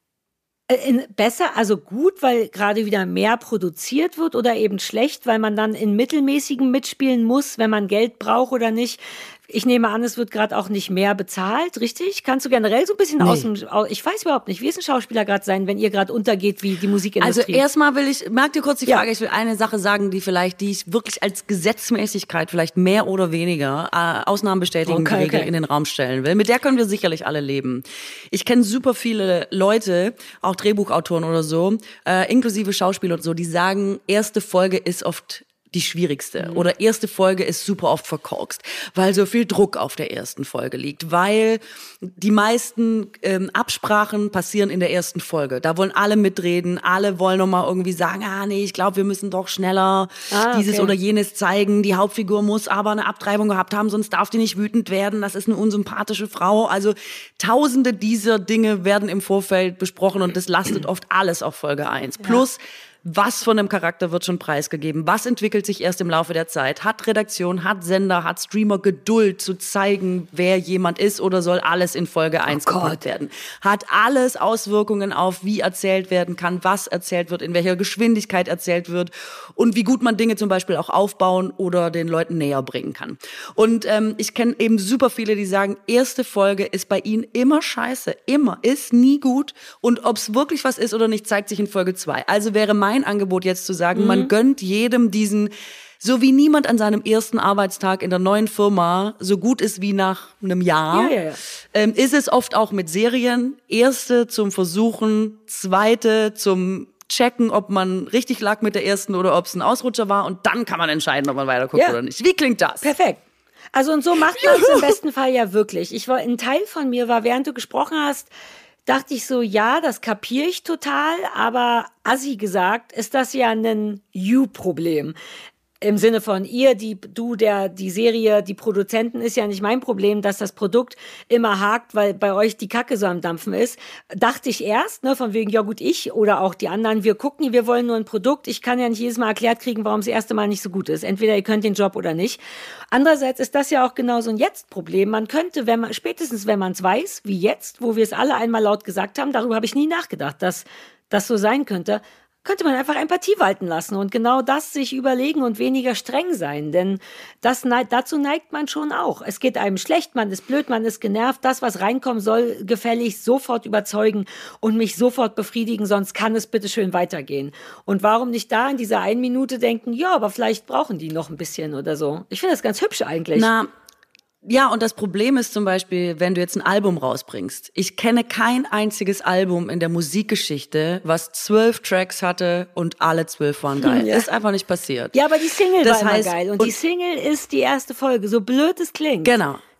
in, besser, also gut, weil gerade wieder mehr produziert wird oder eben schlecht, weil man dann in mittelmäßigem mitspielen muss, wenn man Geld braucht oder nicht? Ich nehme an, es wird gerade auch nicht mehr bezahlt, richtig? Kannst du generell so ein bisschen nee. aus dem... Ich weiß überhaupt nicht, wie ist ein Schauspieler gerade sein, wenn ihr gerade untergeht wie die Musikindustrie? Also erstmal will ich, merk dir kurz die Frage, ja. ich will eine Sache sagen, die vielleicht, die ich wirklich als Gesetzmäßigkeit vielleicht mehr oder weniger äh, Ausnahmen bestätigen, okay, Regel okay. in den Raum stellen will. Mit der können wir sicherlich alle leben. Ich kenne super viele Leute, auch Drehbuchautoren oder so, äh, inklusive Schauspieler und so, die sagen, erste Folge ist oft die schwierigste. Mhm. Oder erste Folge ist super oft verkorkst, weil so viel Druck auf der ersten Folge liegt, weil die meisten ähm, Absprachen passieren in der ersten Folge. Da wollen alle mitreden, alle wollen nochmal irgendwie sagen, ah nee, ich glaube, wir müssen doch schneller ah, dieses okay. oder jenes zeigen. Die Hauptfigur muss aber eine Abtreibung gehabt haben, sonst darf die nicht wütend werden. Das ist eine unsympathische Frau. Also tausende dieser Dinge werden im Vorfeld besprochen und das lastet oft alles auf Folge eins. Ja. Plus was von dem Charakter wird schon preisgegeben? Was entwickelt sich erst im Laufe der Zeit? Hat Redaktion, hat Sender, hat Streamer Geduld zu zeigen, wer jemand ist oder soll alles in Folge eins oh gepackt werden? Hat alles Auswirkungen auf, wie erzählt werden kann, was erzählt wird, in welcher Geschwindigkeit erzählt wird und wie gut man Dinge zum Beispiel auch aufbauen oder den Leuten näher bringen kann. Und ähm, ich kenne eben super viele, die sagen, erste Folge ist bei ihnen immer scheiße, immer, ist nie gut und ob es wirklich was ist oder nicht, zeigt sich in Folge zwei. Also wäre mein Angebot jetzt zu sagen, mhm. man gönnt jedem diesen, so wie niemand an seinem ersten Arbeitstag in der neuen Firma so gut ist wie nach einem Jahr, ja, ja, ja. Ähm, ist es oft auch mit Serien. Erste zum Versuchen, zweite zum checken, ob man richtig lag mit der ersten oder ob es ein Ausrutscher war und dann kann man entscheiden, ob man weiterguckt ja. oder nicht. Wie klingt das? Perfekt. Also und so macht man es im besten Fall ja wirklich. Ich war, ein Teil von mir war, während du gesprochen hast, dachte ich so, ja, das kapiere ich total, aber assi gesagt ist das ja ein You-Problem. Im Sinne von ihr, die, du, der, die Serie, die Produzenten, ist ja nicht mein Problem, dass das Produkt immer hakt, weil bei euch die Kacke so am Dampfen ist. Dachte ich erst, ne, von wegen, ja gut, ich oder auch die anderen, wir gucken, wir wollen nur ein Produkt. Ich kann ja nicht jedes Mal erklärt kriegen, warum es das erste Mal nicht so gut ist. Entweder ihr könnt den Job oder nicht. Andererseits ist das ja auch genau so ein Jetzt-Problem. Man könnte, wenn man, spätestens wenn man es weiß, wie jetzt, wo wir es alle einmal laut gesagt haben, darüber habe ich nie nachgedacht, dass das so sein könnte, könnte man einfach Empathie walten lassen und genau das sich überlegen und weniger streng sein. Denn das, dazu neigt man schon auch. Es geht einem schlecht, man ist blöd, man ist genervt. Das, was reinkommen soll, gefälligst sofort überzeugen und mich sofort befriedigen, sonst kann es bitte schön weitergehen. Und warum nicht da in dieser einen Minute denken, ja, aber vielleicht brauchen die noch ein bisschen oder so. Ich finde das ganz hübsch eigentlich. Na, ja, und das Problem ist zum Beispiel, wenn du jetzt ein Album rausbringst. Ich kenne kein einziges Album in der Musikgeschichte, was zwölf Tracks hatte und alle zwölf waren geil. Ja. Ist einfach nicht passiert. Ja, aber die Single das war heißt, immer geil. Und, und die Single ist die erste Folge, so blöd es klingt. Genau.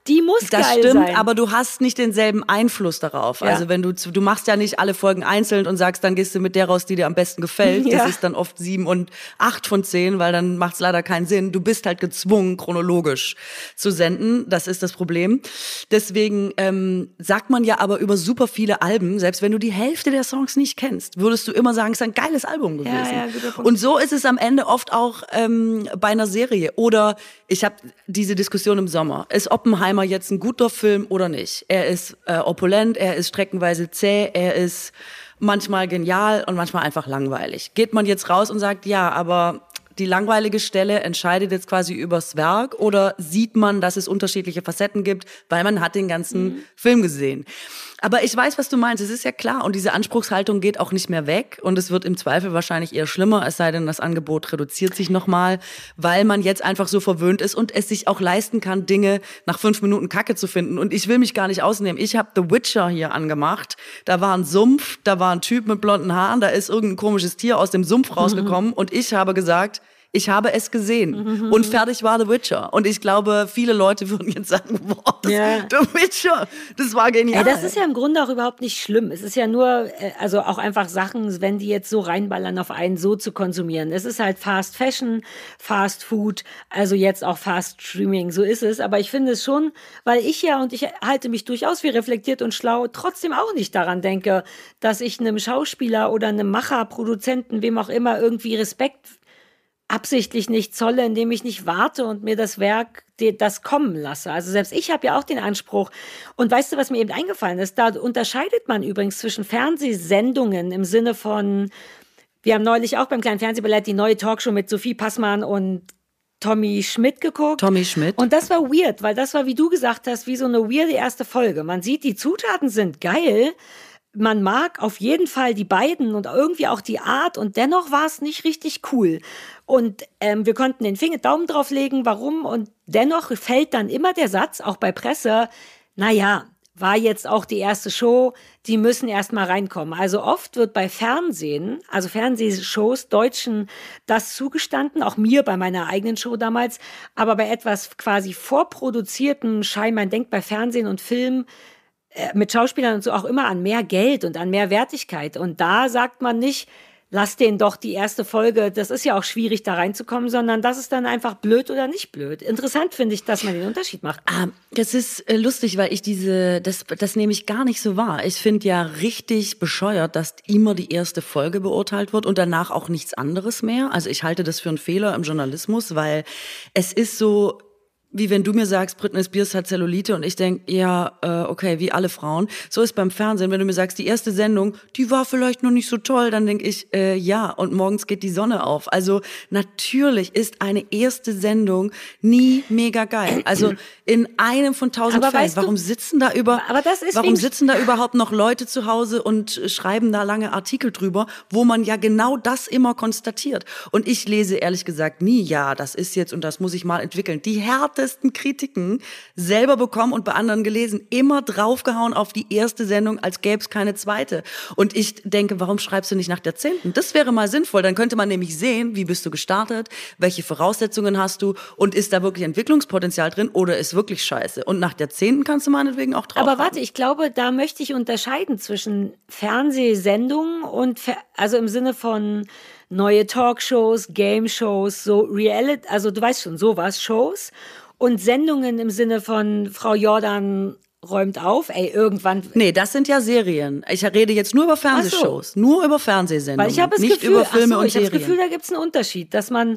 Die muss das geil stimmt, sein. aber du hast nicht denselben Einfluss darauf. Ja. Also wenn du, du machst ja nicht alle Folgen einzeln und sagst, dann gehst du mit der raus, die dir am besten gefällt. Ja. Das ist dann oft sieben und acht von zehn, weil dann macht es leider keinen Sinn. Du bist halt gezwungen, chronologisch zu senden. Das ist das Problem. Deswegen ähm, sagt man ja aber über super viele Alben, selbst wenn du die Hälfte der Songs nicht kennst, würdest du immer sagen, es ist ein geiles Album gewesen. Ja, ja, guter Punkt. Und so ist es am Ende oft auch ähm, bei einer Serie. Oder ich habe diese Diskussion im Sommer. Ist Oppenheimer jetzt ein guter Film oder nicht? Er ist äh, opulent, er ist streckenweise zäh, er ist manchmal genial und manchmal einfach langweilig. Geht man jetzt raus und sagt, ja, aber die langweilige Stelle entscheidet jetzt quasi übers Werk, oder sieht man, dass es unterschiedliche Facetten gibt, weil man hat den ganzen mhm. Film gesehen. Aber ich weiß, was du meinst, es ist ja klar, und diese Anspruchshaltung geht auch nicht mehr weg, und es wird im Zweifel wahrscheinlich eher schlimmer, es sei denn, das Angebot reduziert sich nochmal, weil man jetzt einfach so verwöhnt ist und es sich auch leisten kann, Dinge nach fünf Minuten Kacke zu finden. Und ich will mich gar nicht ausnehmen. Ich habe The Witcher hier angemacht, da war ein Sumpf, da war ein Typ mit blonden Haaren, da ist irgendein komisches Tier aus dem Sumpf rausgekommen mhm. und ich habe gesagt, ich habe es gesehen mhm. und fertig war The Witcher. Und ich glaube, viele Leute würden jetzt sagen, boah, das, ja. The Witcher, das war genial. Ja, das ist ja im Grunde auch überhaupt nicht schlimm. Es ist ja nur, also auch einfach Sachen, wenn die jetzt so reinballern, auf einen so zu konsumieren. Es ist halt Fast Fashion, Fast Food, also jetzt auch Fast Streaming, so ist es. Aber ich finde es schon, weil ich ja, und ich halte mich durchaus wie reflektiert und schlau, trotzdem auch nicht daran denke, dass ich einem Schauspieler oder einem Macher, Produzenten, wem auch immer, irgendwie Respekt absichtlich nicht zolle, indem ich nicht warte und mir das Werk das kommen lasse. Also selbst ich habe ja auch den Anspruch. Und weißt du, was mir eben eingefallen ist? Da unterscheidet man übrigens zwischen Fernsehsendungen im Sinne von, wir haben neulich auch beim kleinen Fernsehballett die neue Talkshow mit Sophie Passmann und Tommy Schmidt geguckt. Tommy Schmidt. Und das war weird, weil das war, wie du gesagt hast, wie so eine weirde erste Folge. Man sieht, die Zutaten sind geil, man mag auf jeden Fall die beiden und irgendwie auch die Art, und dennoch war es nicht richtig cool. Und ähm, wir konnten den Finger, Daumen drauf legen, warum, und dennoch fällt dann immer der Satz, auch bei Presse, naja, war jetzt auch die erste Show, die müssen erst mal reinkommen. Also oft wird bei Fernsehen, also Fernsehshows, Deutschen, das zugestanden, auch mir bei meiner eigenen Show damals, aber bei etwas quasi vorproduziertem Schein, man denkt bei Fernsehen und Film, mit Schauspielern und so auch immer an mehr Geld und an mehr Wertigkeit. Und da sagt man nicht, lass denen doch die erste Folge, das ist ja auch schwierig, da reinzukommen, sondern das ist dann einfach blöd oder nicht blöd. Interessant finde ich, dass man den Unterschied macht. Ah, das ist äh, lustig, weil ich diese, das, das nehme ich gar nicht so wahr. Ich finde ja richtig bescheuert, dass immer die erste Folge beurteilt wird und danach auch nichts anderes mehr. Also ich halte das für einen Fehler im Journalismus, weil es ist so, wie wenn du mir sagst, Britney Spears hat Zellulite, und ich denke, ja, äh, okay, wie alle Frauen. So ist beim Fernsehen, wenn du mir sagst, die erste Sendung, die war vielleicht noch nicht so toll, dann denke ich, äh, ja, und morgens geht die Sonne auf. Also natürlich ist eine erste Sendung nie mega geil. Also in einem von tausend aber Fällen. weißt du, warum sitzen da über, aber das ist warum sitzen da überhaupt noch Leute zu Hause und schreiben da lange Artikel drüber, wo man ja genau das immer konstatiert? Und ich lese ehrlich gesagt nie, ja, das ist jetzt und das muss ich mal entwickeln. Die Härte Kritiken selber bekommen und bei anderen gelesen, immer draufgehauen auf die erste Sendung, als gäbe es keine zweite. Und ich denke, warum schreibst du nicht nach der zehnten? Das wäre mal sinnvoll, dann könnte man nämlich sehen, wie bist du gestartet, welche Voraussetzungen hast du und ist da wirklich Entwicklungspotenzial drin oder ist wirklich scheiße? Und nach der zehnten kannst du meinetwegen auch drauf. Aber warte, ich glaube, da möchte ich unterscheiden zwischen Fernsehsendungen und, Fer- also im Sinne von neue Talkshows, Game-Shows, so Reality, also du weißt schon, sowas, Shows, und Sendungen im Sinne von Frau Jordan räumt auf, ey, irgendwann... Nee, das sind ja Serien. Ich rede jetzt nur über Fernsehshows, so. Nur über Fernsehsendungen, Weil ich habe das nicht Gefühl, über Filme so, und ich Serien. Ich habe das Gefühl, da gibt es einen Unterschied, dass man,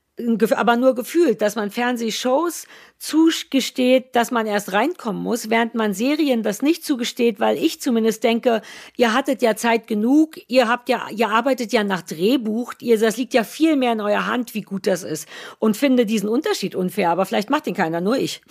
aber nur gefühlt, dass man Fernsehshows zugesteht, dass man erst reinkommen muss, während man Serien das nicht zugesteht, weil ich zumindest denke, ihr hattet ja Zeit genug, ihr habt ja, ihr arbeitet ja nach Drehbuch, ihr, das liegt ja viel mehr in eurer Hand, wie gut das ist, und finde diesen Unterschied unfair, aber vielleicht macht den keiner, nur ich.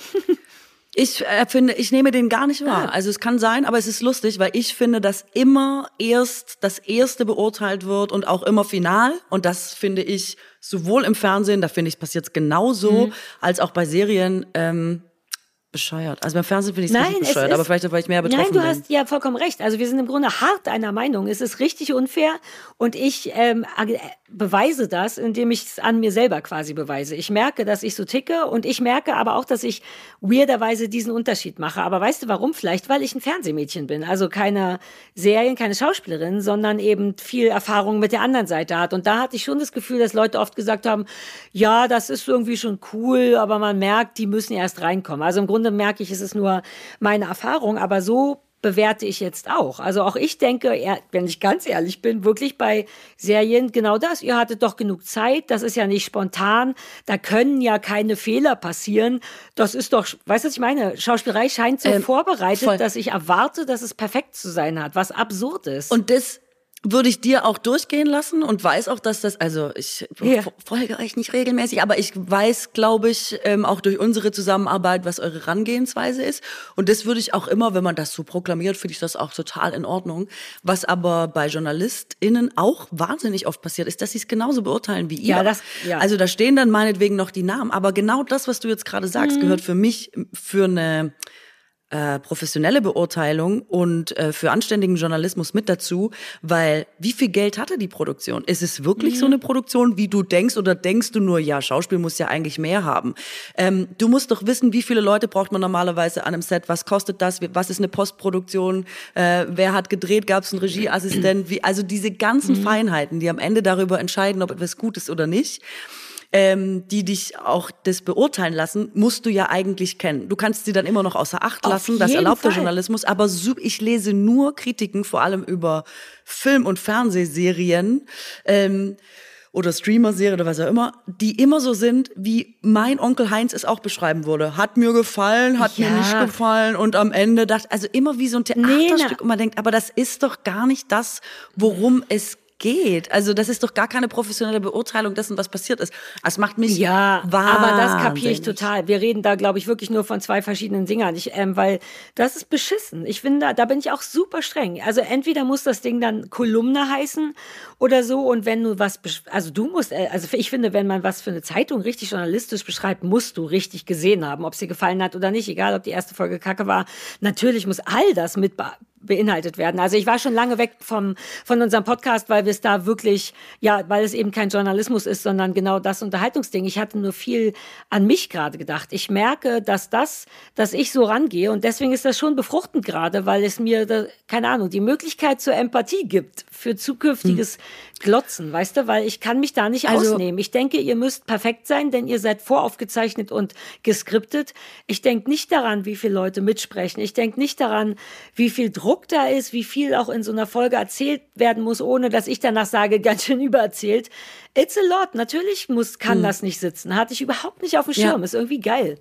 Ich äh, finde, ich nehme den gar nicht wahr. Ah. Also es kann sein, aber es ist lustig, weil ich finde, dass immer erst das Erste beurteilt wird und auch immer final. Und das finde ich sowohl im Fernsehen, da finde ich, passiert es genauso, mhm. als auch bei Serien. Ähm, bescheuert. Also beim Fernsehen finde ich es Nein, richtig es bescheuert, ist- aber vielleicht, weil ich mehr betroffen Nein, du bin. hast ja vollkommen recht. Also wir sind im Grunde hart einer Meinung. Es ist richtig unfair und ich ähm, ag- äh, beweise das, indem ich es an mir selber quasi beweise. Ich merke, dass ich so ticke und ich merke aber auch, dass ich weirderweise diesen Unterschied mache. Aber weißt du warum? Vielleicht, weil ich ein Fernsehmädchen bin. Also keine Serien, keine Schauspielerin, sondern eben viel Erfahrung mit der anderen Seite hat. Und da hatte ich schon das Gefühl, dass Leute oft gesagt haben, ja, das ist irgendwie schon cool, aber man merkt, die müssen erst reinkommen. Also im Grunde merke ich, es ist nur meine Erfahrung, aber so bewerte ich jetzt auch. Also auch ich denke, eher- wenn ich ganz ehrlich bin, wirklich bei Serien genau das. Ihr hattet doch genug Zeit, das ist ja nicht spontan, da können ja keine Fehler passieren. Das ist doch, weißt du, was ich meine? Schauspielerei scheint so Ähm, vorbereitet, voll. dass ich erwarte, dass es perfekt zu sein hat, was absurd ist. Und das würde ich dir auch durchgehen lassen und weiß auch, dass das, also ich Ja. f- folge euch nicht regelmäßig, aber ich weiß, glaube ich, ähm, auch durch unsere Zusammenarbeit, was eure Herangehensweise ist. Und das würde ich auch immer, wenn man das so proklamiert, finde ich das auch total in Ordnung. Was aber bei JournalistInnen auch wahnsinnig oft passiert, ist, dass sie es genauso beurteilen wie ihr. Ja, das- ja. Also da stehen dann meinetwegen noch die Namen, aber genau das, was du jetzt gerade sagst, Mhm. gehört für mich für eine äh, professionelle Beurteilung und äh, für anständigen Journalismus mit dazu, weil wie viel Geld hatte die Produktion? Ist es wirklich Mhm. so eine Produktion, wie du denkst, oder denkst du nur, ja, Schauspiel muss ja eigentlich mehr haben? Ähm, du musst doch wissen, wie viele Leute braucht man normalerweise an einem Set, was kostet das, was ist eine Postproduktion, äh, wer hat gedreht, gab es einen Regieassistent, wie, also diese ganzen Mhm. Feinheiten, die am Ende darüber entscheiden, ob etwas gut ist oder nicht, ähm, die dich auch das beurteilen lassen, musst du ja eigentlich kennen. Du kannst sie dann immer noch außer Acht Auf lassen, das jeden erlaubt der Fall. Journalismus, aber so, ich lese nur Kritiken, vor allem über Film- und Fernsehserien, ähm, oder Streamer-Serie oder was auch immer, die immer so sind, wie mein Onkel Heinz es auch beschreiben würde. Hat mir gefallen, hat Ja. mir nicht gefallen und am Ende dachte, also immer wie so ein Nee, Theaterstück na- und man denkt, aber das ist doch gar nicht das, worum es geht. Also das ist doch gar keine professionelle Beurteilung dessen, was passiert ist. Das macht mich Ja, aber das kapiere ich wahnsinnig. total. Wir reden da, glaube ich, wirklich nur von zwei verschiedenen Dingern. Ich, ähm, weil das ist beschissen. Ich finde, da, da bin ich auch super streng. Also entweder muss das Ding dann Kolumne heißen oder so. Und wenn du was, besch- also du musst, äh, also ich finde, wenn man was für eine Zeitung richtig journalistisch beschreibt, musst du richtig gesehen haben, ob es dir gefallen hat oder nicht. Egal, ob die erste Folge kacke war. Natürlich muss all das mit be- beinhaltet werden. Also ich war schon lange weg vom, von unserem Podcast, weil wir es da wirklich, ja, weil es eben kein Journalismus ist, sondern genau das Unterhaltungsding. Ich hatte nur viel an mich gerade gedacht. Ich merke, dass das, dass ich so rangehe und deswegen ist das schon befruchtend gerade, weil es mir, da, keine Ahnung, die Möglichkeit zur Empathie gibt für zukünftiges Glotzen, weißt du, weil ich kann mich da nicht Also- ausnehmen. Ich denke, ihr müsst perfekt sein, denn ihr seid voraufgezeichnet und geskriptet. Ich denke nicht daran, wie viele Leute mitsprechen. Ich denke nicht daran, wie viel Druck da ist, wie viel auch in so einer Folge erzählt werden muss, ohne dass ich danach sage, ganz schön übererzählt. It's a lot. Natürlich muss, kann das nicht sitzen. Hatte ich überhaupt nicht auf dem Ja. Schirm. Ist irgendwie geil.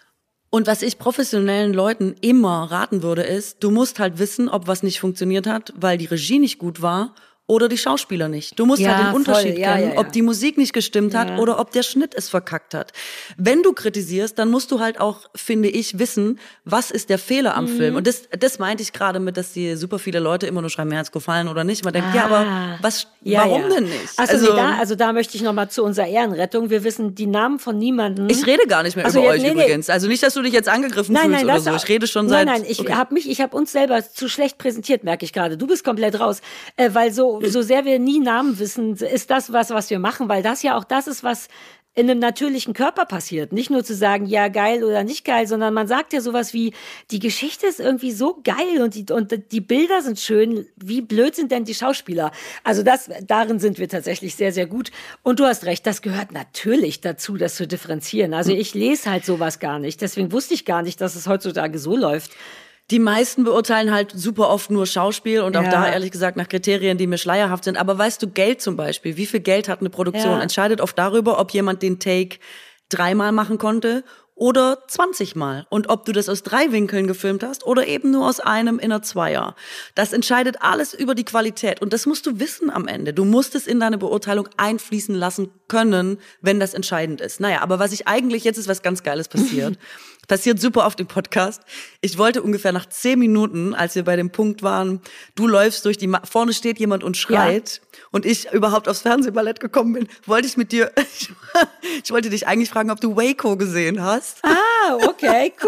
Und was ich professionellen Leuten immer raten würde, ist, du musst halt wissen, ob was nicht funktioniert hat, weil die Regie nicht gut war oder die Schauspieler nicht. Du musst Ja, halt den voll. Unterschied Ja, kennen, ja, ja. ob die Musik nicht gestimmt hat Ja. oder ob der Schnitt es verkackt hat. Wenn du kritisierst, dann musst du halt auch, finde ich, wissen, was ist der Fehler am Mhm. Film. Und das, das meinte ich gerade mit, dass die super viele Leute immer nur schreiben, mir hat's gefallen oder nicht. Man denkt, ja, aber Ah. was, Ja, warum ja. denn nicht? Also, nee, da, also da möchte ich noch mal zu unserer Ehrenrettung. Wir wissen die Namen von niemandem. ich rede gar nicht mehr Ach so, über ja, euch nee, nee. übrigens. Also nicht, dass du dich jetzt angegriffen Nein, fühlst nein, oder das so. Ich rede schon nein, seit... Nein, ich okay. habe mich, ich habe uns selber zu schlecht präsentiert, merke ich gerade. Du bist komplett raus, äh, weil so so sehr wir nie Namen wissen, ist das was, was wir machen, weil das ja auch das ist, was in einem natürlichen Körper passiert. Nicht nur zu sagen, ja, geil oder nicht geil, sondern man sagt ja sowas wie, die Geschichte ist irgendwie so geil und die, und die Bilder sind schön. Wie blöd sind denn die Schauspieler? Also das, darin sind wir tatsächlich sehr, sehr gut. Und du hast recht, das gehört natürlich dazu, das zu differenzieren. Also ich lese halt sowas gar nicht. Deswegen wusste ich gar nicht, dass es heutzutage so läuft. Die meisten beurteilen halt super oft nur Schauspiel und auch Ja. da ehrlich gesagt nach Kriterien, die mir schleierhaft sind. Aber weißt du, Geld zum Beispiel, wie viel Geld hat eine Produktion, Ja. entscheidet oft darüber, ob jemand den Take dreimal machen konnte oder zwanzig Mal. Und ob du das aus drei Winkeln gefilmt hast oder eben nur aus einem in einer Zweier. Das entscheidet alles über die Qualität. Und das musst du wissen am Ende. Du musst es in deine Beurteilung einfließen lassen können, wenn das entscheidend ist. Naja, aber was ich eigentlich, jetzt ist was ganz Geiles passiert. Passiert super oft im Podcast. Ich wollte ungefähr nach zehn Minuten, als wir bei dem Punkt waren, du läufst durch die, Ma- vorne steht jemand und schreit und ich überhaupt aufs Fernsehballett gekommen bin, wollte ich mit dir, ich, ich wollte dich eigentlich fragen, ob du Waco gesehen hast. Ah, okay, cool.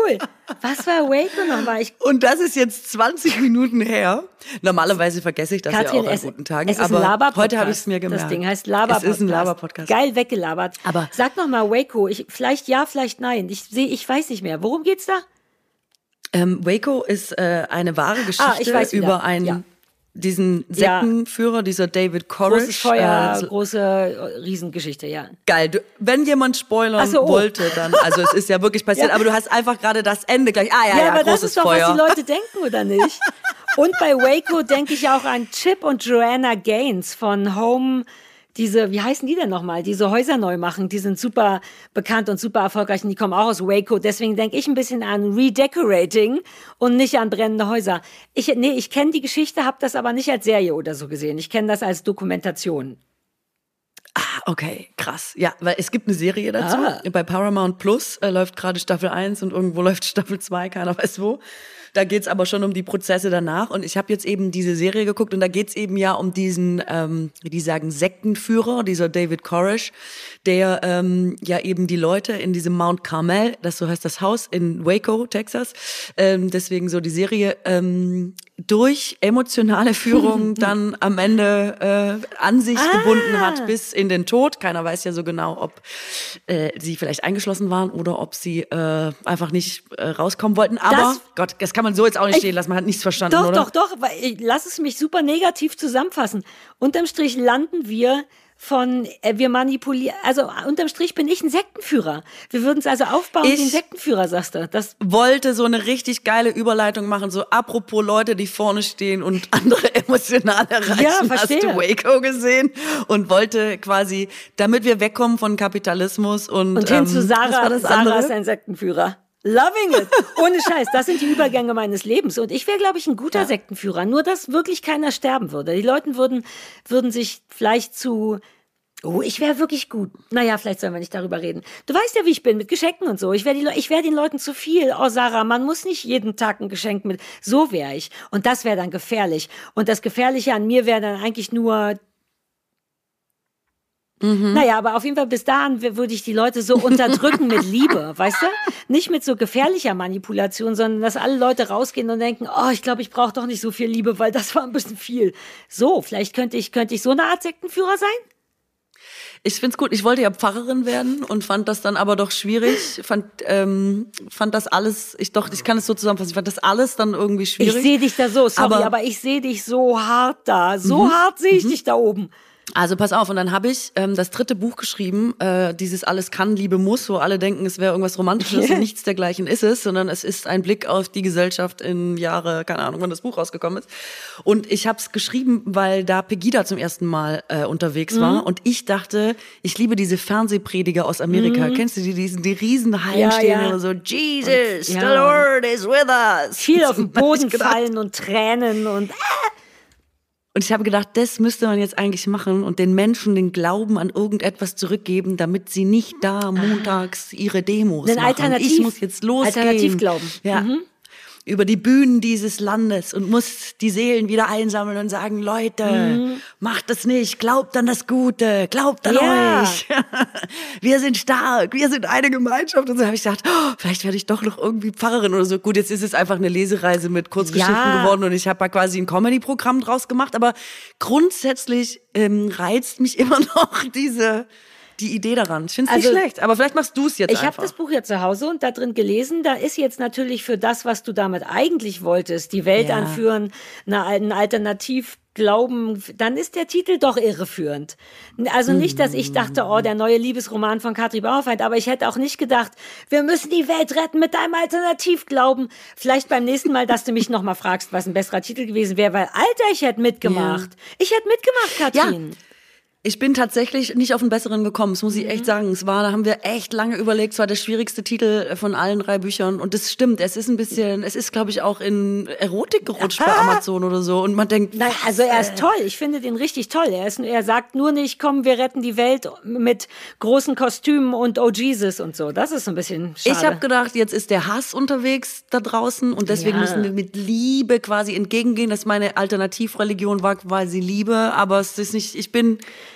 Was war Waco nochmal? Ich Und das ist jetzt zwanzig Minuten her. Normalerweise vergesse ich das Katrin, ja auch an es, guten Tagen. es ist aber ein Laber-Podcast. heute habe ich es mir gemerkt. Das Ding heißt Laber-Podcast. Es ist ein Laber-Podcast. Geil weggelabert. Aber sag nochmal Waco. Ich, vielleicht ja, vielleicht nein. Ich sehe, ich weiß nicht mehr. Worum geht's da? Ähm, Waco ist äh, eine wahre Geschichte ah, ich weiß über einen, ja. diesen Sektenführer, dieser David Koresh. Großes Feuer, äh, so, große Riesengeschichte, ja. Geil. Du, wenn jemand spoilern so, oh. wollte, dann, also es ist ja wirklich passiert, ja. aber du hast einfach gerade das Ende gleich. Ah ja, ja, ja, aber großes das ist doch, Feuer. was die Leute denken, oder nicht? Und bei Waco denke ich auch an Chip und Joanna Gaines von Home. Diese, wie heißen die denn nochmal? Diese Häuser neu machen, die sind super bekannt und super erfolgreich und die kommen auch aus Waco. Deswegen denke ich ein bisschen an Redecorating und nicht an brennende Häuser. Ich, nee, ich kenne die Geschichte, habe das aber nicht als Serie oder so gesehen. Ich kenne das als Dokumentation. Ah, okay, krass. Ja, weil es gibt eine Serie dazu. Ah. Bei Paramount Plus äh, läuft gerade Staffel eins und irgendwo läuft Staffel zwei, keiner weiß wo. Da geht's aber schon um die Prozesse danach. Und ich habe jetzt eben diese Serie geguckt und da geht's eben ja um diesen, ähm, wie die sagen, Sektenführer, dieser David Koresh, der ähm, ja eben die Leute in diesem Mount Carmel, das so heißt das Haus in Waco, Texas, ähm, deswegen so die Serie, ähm, durch emotionale Führung dann am Ende äh, an sich ah. gebunden hat bis in den Tod. Keiner weiß ja so genau, ob äh, sie vielleicht eingeschlossen waren oder ob sie äh, einfach nicht äh, rauskommen wollten. Aber das, Gott, das kann man so jetzt auch nicht ich, stehen lassen. Man hat nichts verstanden, doch, oder? Doch, doch, doch. Lass es mich super negativ zusammenfassen. Unterm Strich landen wir von, äh, wir manipulieren, also unterm Strich bin ich ein Sektenführer. Wir würden es also aufbauen ich wie ein Sektenführer, sagst du. Das wollte so eine richtig geile Überleitung machen, so apropos Leute, die vorne stehen und andere emotional erreichen. Ja, hast verstehe. du Waco gesehen? Und wollte quasi, damit wir wegkommen von Kapitalismus und Und hin ähm, zu was Sarah, war das Sarah andere? ist ein Sektenführer. Loving it. Ohne Scheiß, das sind die Übergänge meines Lebens. Und ich wäre, glaube ich, ein guter Ja. Sektenführer. Nur, dass wirklich keiner sterben würde. Die Leute würden, würden sich vielleicht zu... Oh, ich wäre wirklich gut. Naja, vielleicht sollen wir nicht darüber reden. Du weißt ja, wie ich bin, mit Geschenken und so. Ich wäre Le- ich wär den Leuten zu viel. Oh, Sarah, man muss nicht jeden Tag ein Geschenk mit... So wäre ich. Und das wäre dann gefährlich. Und das Gefährliche an mir wäre dann eigentlich nur... Mhm. Naja, aber auf jeden Fall bis dahin würde ich die Leute so unterdrücken mit Liebe, weißt du? Nicht mit so gefährlicher Manipulation, sondern dass alle Leute rausgehen und denken, oh, ich glaube, ich brauche doch nicht so viel Liebe, weil das war ein bisschen viel. So, vielleicht könnte ich, könnte ich so eine Art Sektenführer sein? Ich find's gut. Ich wollte ja Pfarrerin werden und fand das dann aber doch schwierig. Fand, ähm, fand das alles, ich doch, ich kann es so zusammenfassen, ich fand das alles dann irgendwie schwierig. Ich sehe dich da so, sorry, aber, aber, ich sehe dich so hart da. So mhm. hart sehe ich mhm. dich da oben. Also pass auf, und dann habe ich ähm, das dritte Buch geschrieben, äh, dieses Alles kann, Liebe muss, wo alle denken, es wäre irgendwas Romantisches und nichts dergleichen ist es, sondern es ist ein Blick auf die Gesellschaft in Jahre, keine Ahnung, wann das Buch rausgekommen ist. Und ich habe es geschrieben, weil da Pegida zum ersten Mal äh, unterwegs mhm. war und ich dachte, ich liebe diese Fernsehprediger aus Amerika. Mhm. Kennst du die, die, die riesen Hallen ja, stehen ja. und so, Jesus, und, ja. the Lord is with us. Viel auf den Boden fallen und Tränen und... Und ich habe gedacht, das müsste man jetzt eigentlich machen und den Menschen den Glauben an irgendetwas zurückgeben, damit sie nicht da montags ihre Demos Den machen. Alternativ, ich muss jetzt losgehen. Alternativglauben. Ja. Mhm. Über die Bühnen dieses Landes und muss die Seelen wieder einsammeln und sagen, Leute, mhm. macht es nicht, glaubt an das Gute, glaubt an ja. euch. Wir sind stark, wir sind eine Gemeinschaft. Und so habe ich gedacht, oh, vielleicht werde ich doch noch irgendwie Pfarrerin oder so. Gut, jetzt ist es einfach eine Lesereise mit Kurzgeschichten ja. geworden und ich habe da quasi ein Comedy-Programm draus gemacht. Aber grundsätzlich ähm, reizt mich immer noch diese... die Idee daran. Ich finde es also, nicht schlecht, aber vielleicht machst du es jetzt ich einfach. Ich habe das Buch ja zu Hause und da drin gelesen, da ist jetzt natürlich für das, was du damit eigentlich wolltest, die Welt ja. anführen, eine, ein Alternativglauben, dann ist der Titel doch irreführend. Also nicht, dass ich dachte, oh, der neue Liebesroman von Katrin Bauerfeind, aber ich hätte auch nicht gedacht, wir müssen die Welt retten mit einem Alternativglauben. Vielleicht beim nächsten Mal, dass du mich nochmal fragst, was ein besserer Titel gewesen wäre, weil, Alter, ich hätte mitgemacht. Ja. Ich hätte mitgemacht, Katrin. Ja. Ich bin tatsächlich nicht auf einen besseren gekommen, das muss ich echt sagen. Es war, da haben wir echt lange überlegt, es war der schwierigste Titel von allen drei Büchern. Und das stimmt, es ist ein bisschen, es ist, glaube ich, auch in Erotik gerutscht bei Amazon oder so. Und man denkt, nein, also er ist toll, ich finde den richtig toll. Er ist, er sagt nur nicht, komm, wir retten die Welt mit großen Kostümen und Oh Jesus und so. Das ist ein bisschen schade. Ich habe gedacht, jetzt ist der Hass unterwegs da draußen und deswegen ja. müssen wir mit Liebe quasi entgegengehen, dass meine Alternativreligion war quasi Liebe, aber es ist nicht, ich bin...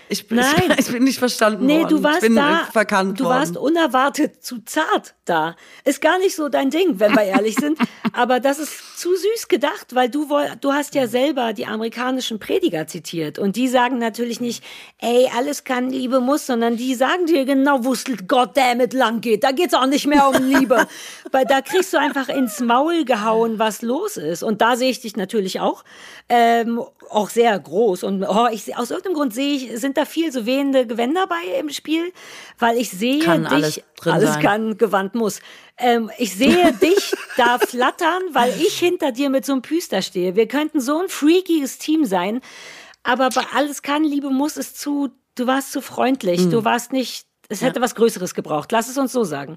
Ich bin, Nein. ich bin nicht verstanden Nee, worden. du warst ich bin da, verkannt du worden. warst unerwartet zu zart da. Ist gar nicht so dein Ding, wenn wir ehrlich sind. Aber das ist zu süß gedacht, weil du woll, du hast ja selber die amerikanischen Prediger zitiert. Und die sagen natürlich nicht, ey, alles kann, Liebe muss, sondern die sagen dir genau, wo es goddammit lang geht. Da geht's auch nicht mehr um Liebe. Weil da kriegst du einfach ins Maul gehauen, was los ist. Und da sehe ich dich natürlich auch. Ähm, auch sehr groß. Und oh, ich, aus irgendeinem Grund sehe ich, sind da viel so wehende Gewänder bei im Spiel, weil ich sehe kann dich, alles, drin alles sein. kann, Gewand muss. Ähm, ich sehe dich da flattern, weil ich hinter dir mit so einem Püster stehe. Wir könnten so ein freakiges Team sein, aber bei alles kann, Liebe muss ist zu, du warst zu freundlich, mhm. du warst nicht, es hätte ja. was Größeres gebraucht. Lass es uns so sagen.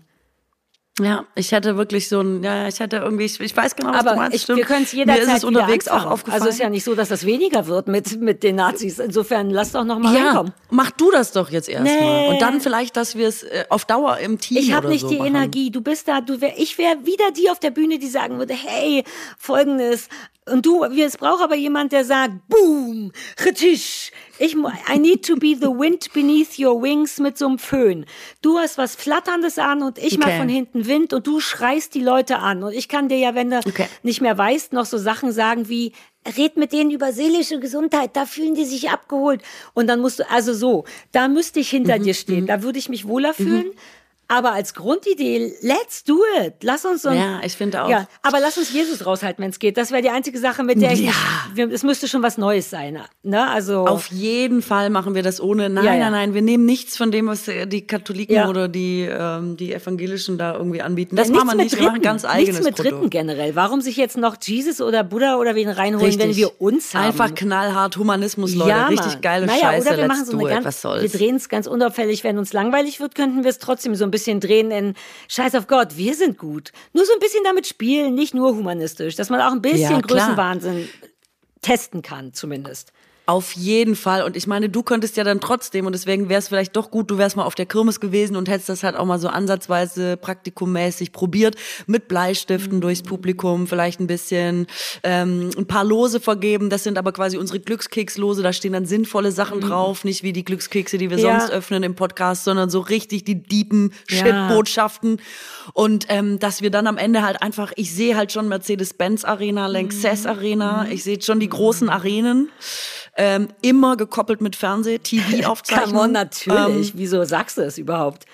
Ja, ich hätte wirklich so ein, ja, ich hätte irgendwie, ich, ich weiß genau, was aber du meinst. ich, stimmt. wir können es jederzeit Mir ist es unterwegs anfangen. auch aufgefallen. Also es ist ja nicht so, dass das weniger wird mit, mit den Nazis. Insofern lass doch noch mal ja, reinkommen. Mach du das doch jetzt erstmal. Nee. Und dann vielleicht, dass wir es äh, auf Dauer im Team Ich habe oder nicht so die machen. Energie. Du bist da, du wär, ich wäre wieder die auf der Bühne, die sagen würde, hey, Folgendes. Und du, es braucht aber jemand, der sagt, boom, retisch. Ich, I need to be the wind beneath your wings mit so einem Föhn. Du hast was Flatterndes an und ich Okay. mach von hinten Wind und du schreist die Leute an. Und ich kann dir ja, wenn du Okay. nicht mehr weißt, noch so Sachen sagen wie, red mit denen über seelische Gesundheit, da fühlen die sich abgeholt. Und dann musst du, also so, da müsste ich hinter Mhm, dir stehen, mhm. da würde ich mich wohler fühlen. Aber als Grundidee, let's do it. Lass uns so. Ja, ich finde auch. Ja, aber lass uns Jesus raushalten, wenn es geht. Das wäre die einzige Sache, mit der ich Ja. nicht, wir, es müsste schon was Neues sein. Ne? Also Auf jeden Fall machen wir das ohne. Nein, Ja, ja. nein, nein. Wir nehmen nichts von dem, was äh, die Katholiken Ja. oder die, ähm, die Evangelischen da irgendwie anbieten. Das nichts machen wir mit nicht. Dritten, Wir machen ganz eigenes nichts mit Produkt. Dritten generell. Warum sich jetzt noch Jesus oder Buddha oder wen reinholen, Richtig. wenn wir uns haben? Einfach knallhart Humanismus, Leute. Ja, Richtig Mann. geile naja, Scheiße. Oder wir Let's machen so do eine it. ganz, Was soll's? wir drehen es ganz unauffällig. Wenn uns langweilig wird, könnten wir es trotzdem so ein bisschen drehen in Scheiß auf Gott, wir sind gut. Nur so ein bisschen damit spielen, nicht nur humanistisch. Dass man auch ein bisschen Ja, klar. Größenwahnsinn testen kann, zumindest. Auf jeden Fall. Und ich meine, du könntest ja dann trotzdem, und deswegen wäre es vielleicht doch gut, du wärst mal auf der Kirmes gewesen und hättest das halt auch mal so ansatzweise praktikummäßig probiert, mit Bleistiften mhm. durchs Publikum, vielleicht ein bisschen ähm, ein paar Lose vergeben. Das sind aber quasi unsere Glückskekslose, da stehen dann sinnvolle Sachen mhm. drauf, nicht wie die Glückskekse, die wir ja. sonst öffnen im Podcast, sondern so richtig die deepen Ja. Shit-Botschaften. Und ähm, dass wir dann am Ende halt einfach, ich sehe halt schon Mercedes-Benz Arena, Lanxess Arena, mhm. ich sehe schon die großen Arenen. Ähm, immer gekoppelt mit Fernseh, T V-Aufzeichnungen. Come on, natürlich. Ähm, Wieso sagst du das überhaupt?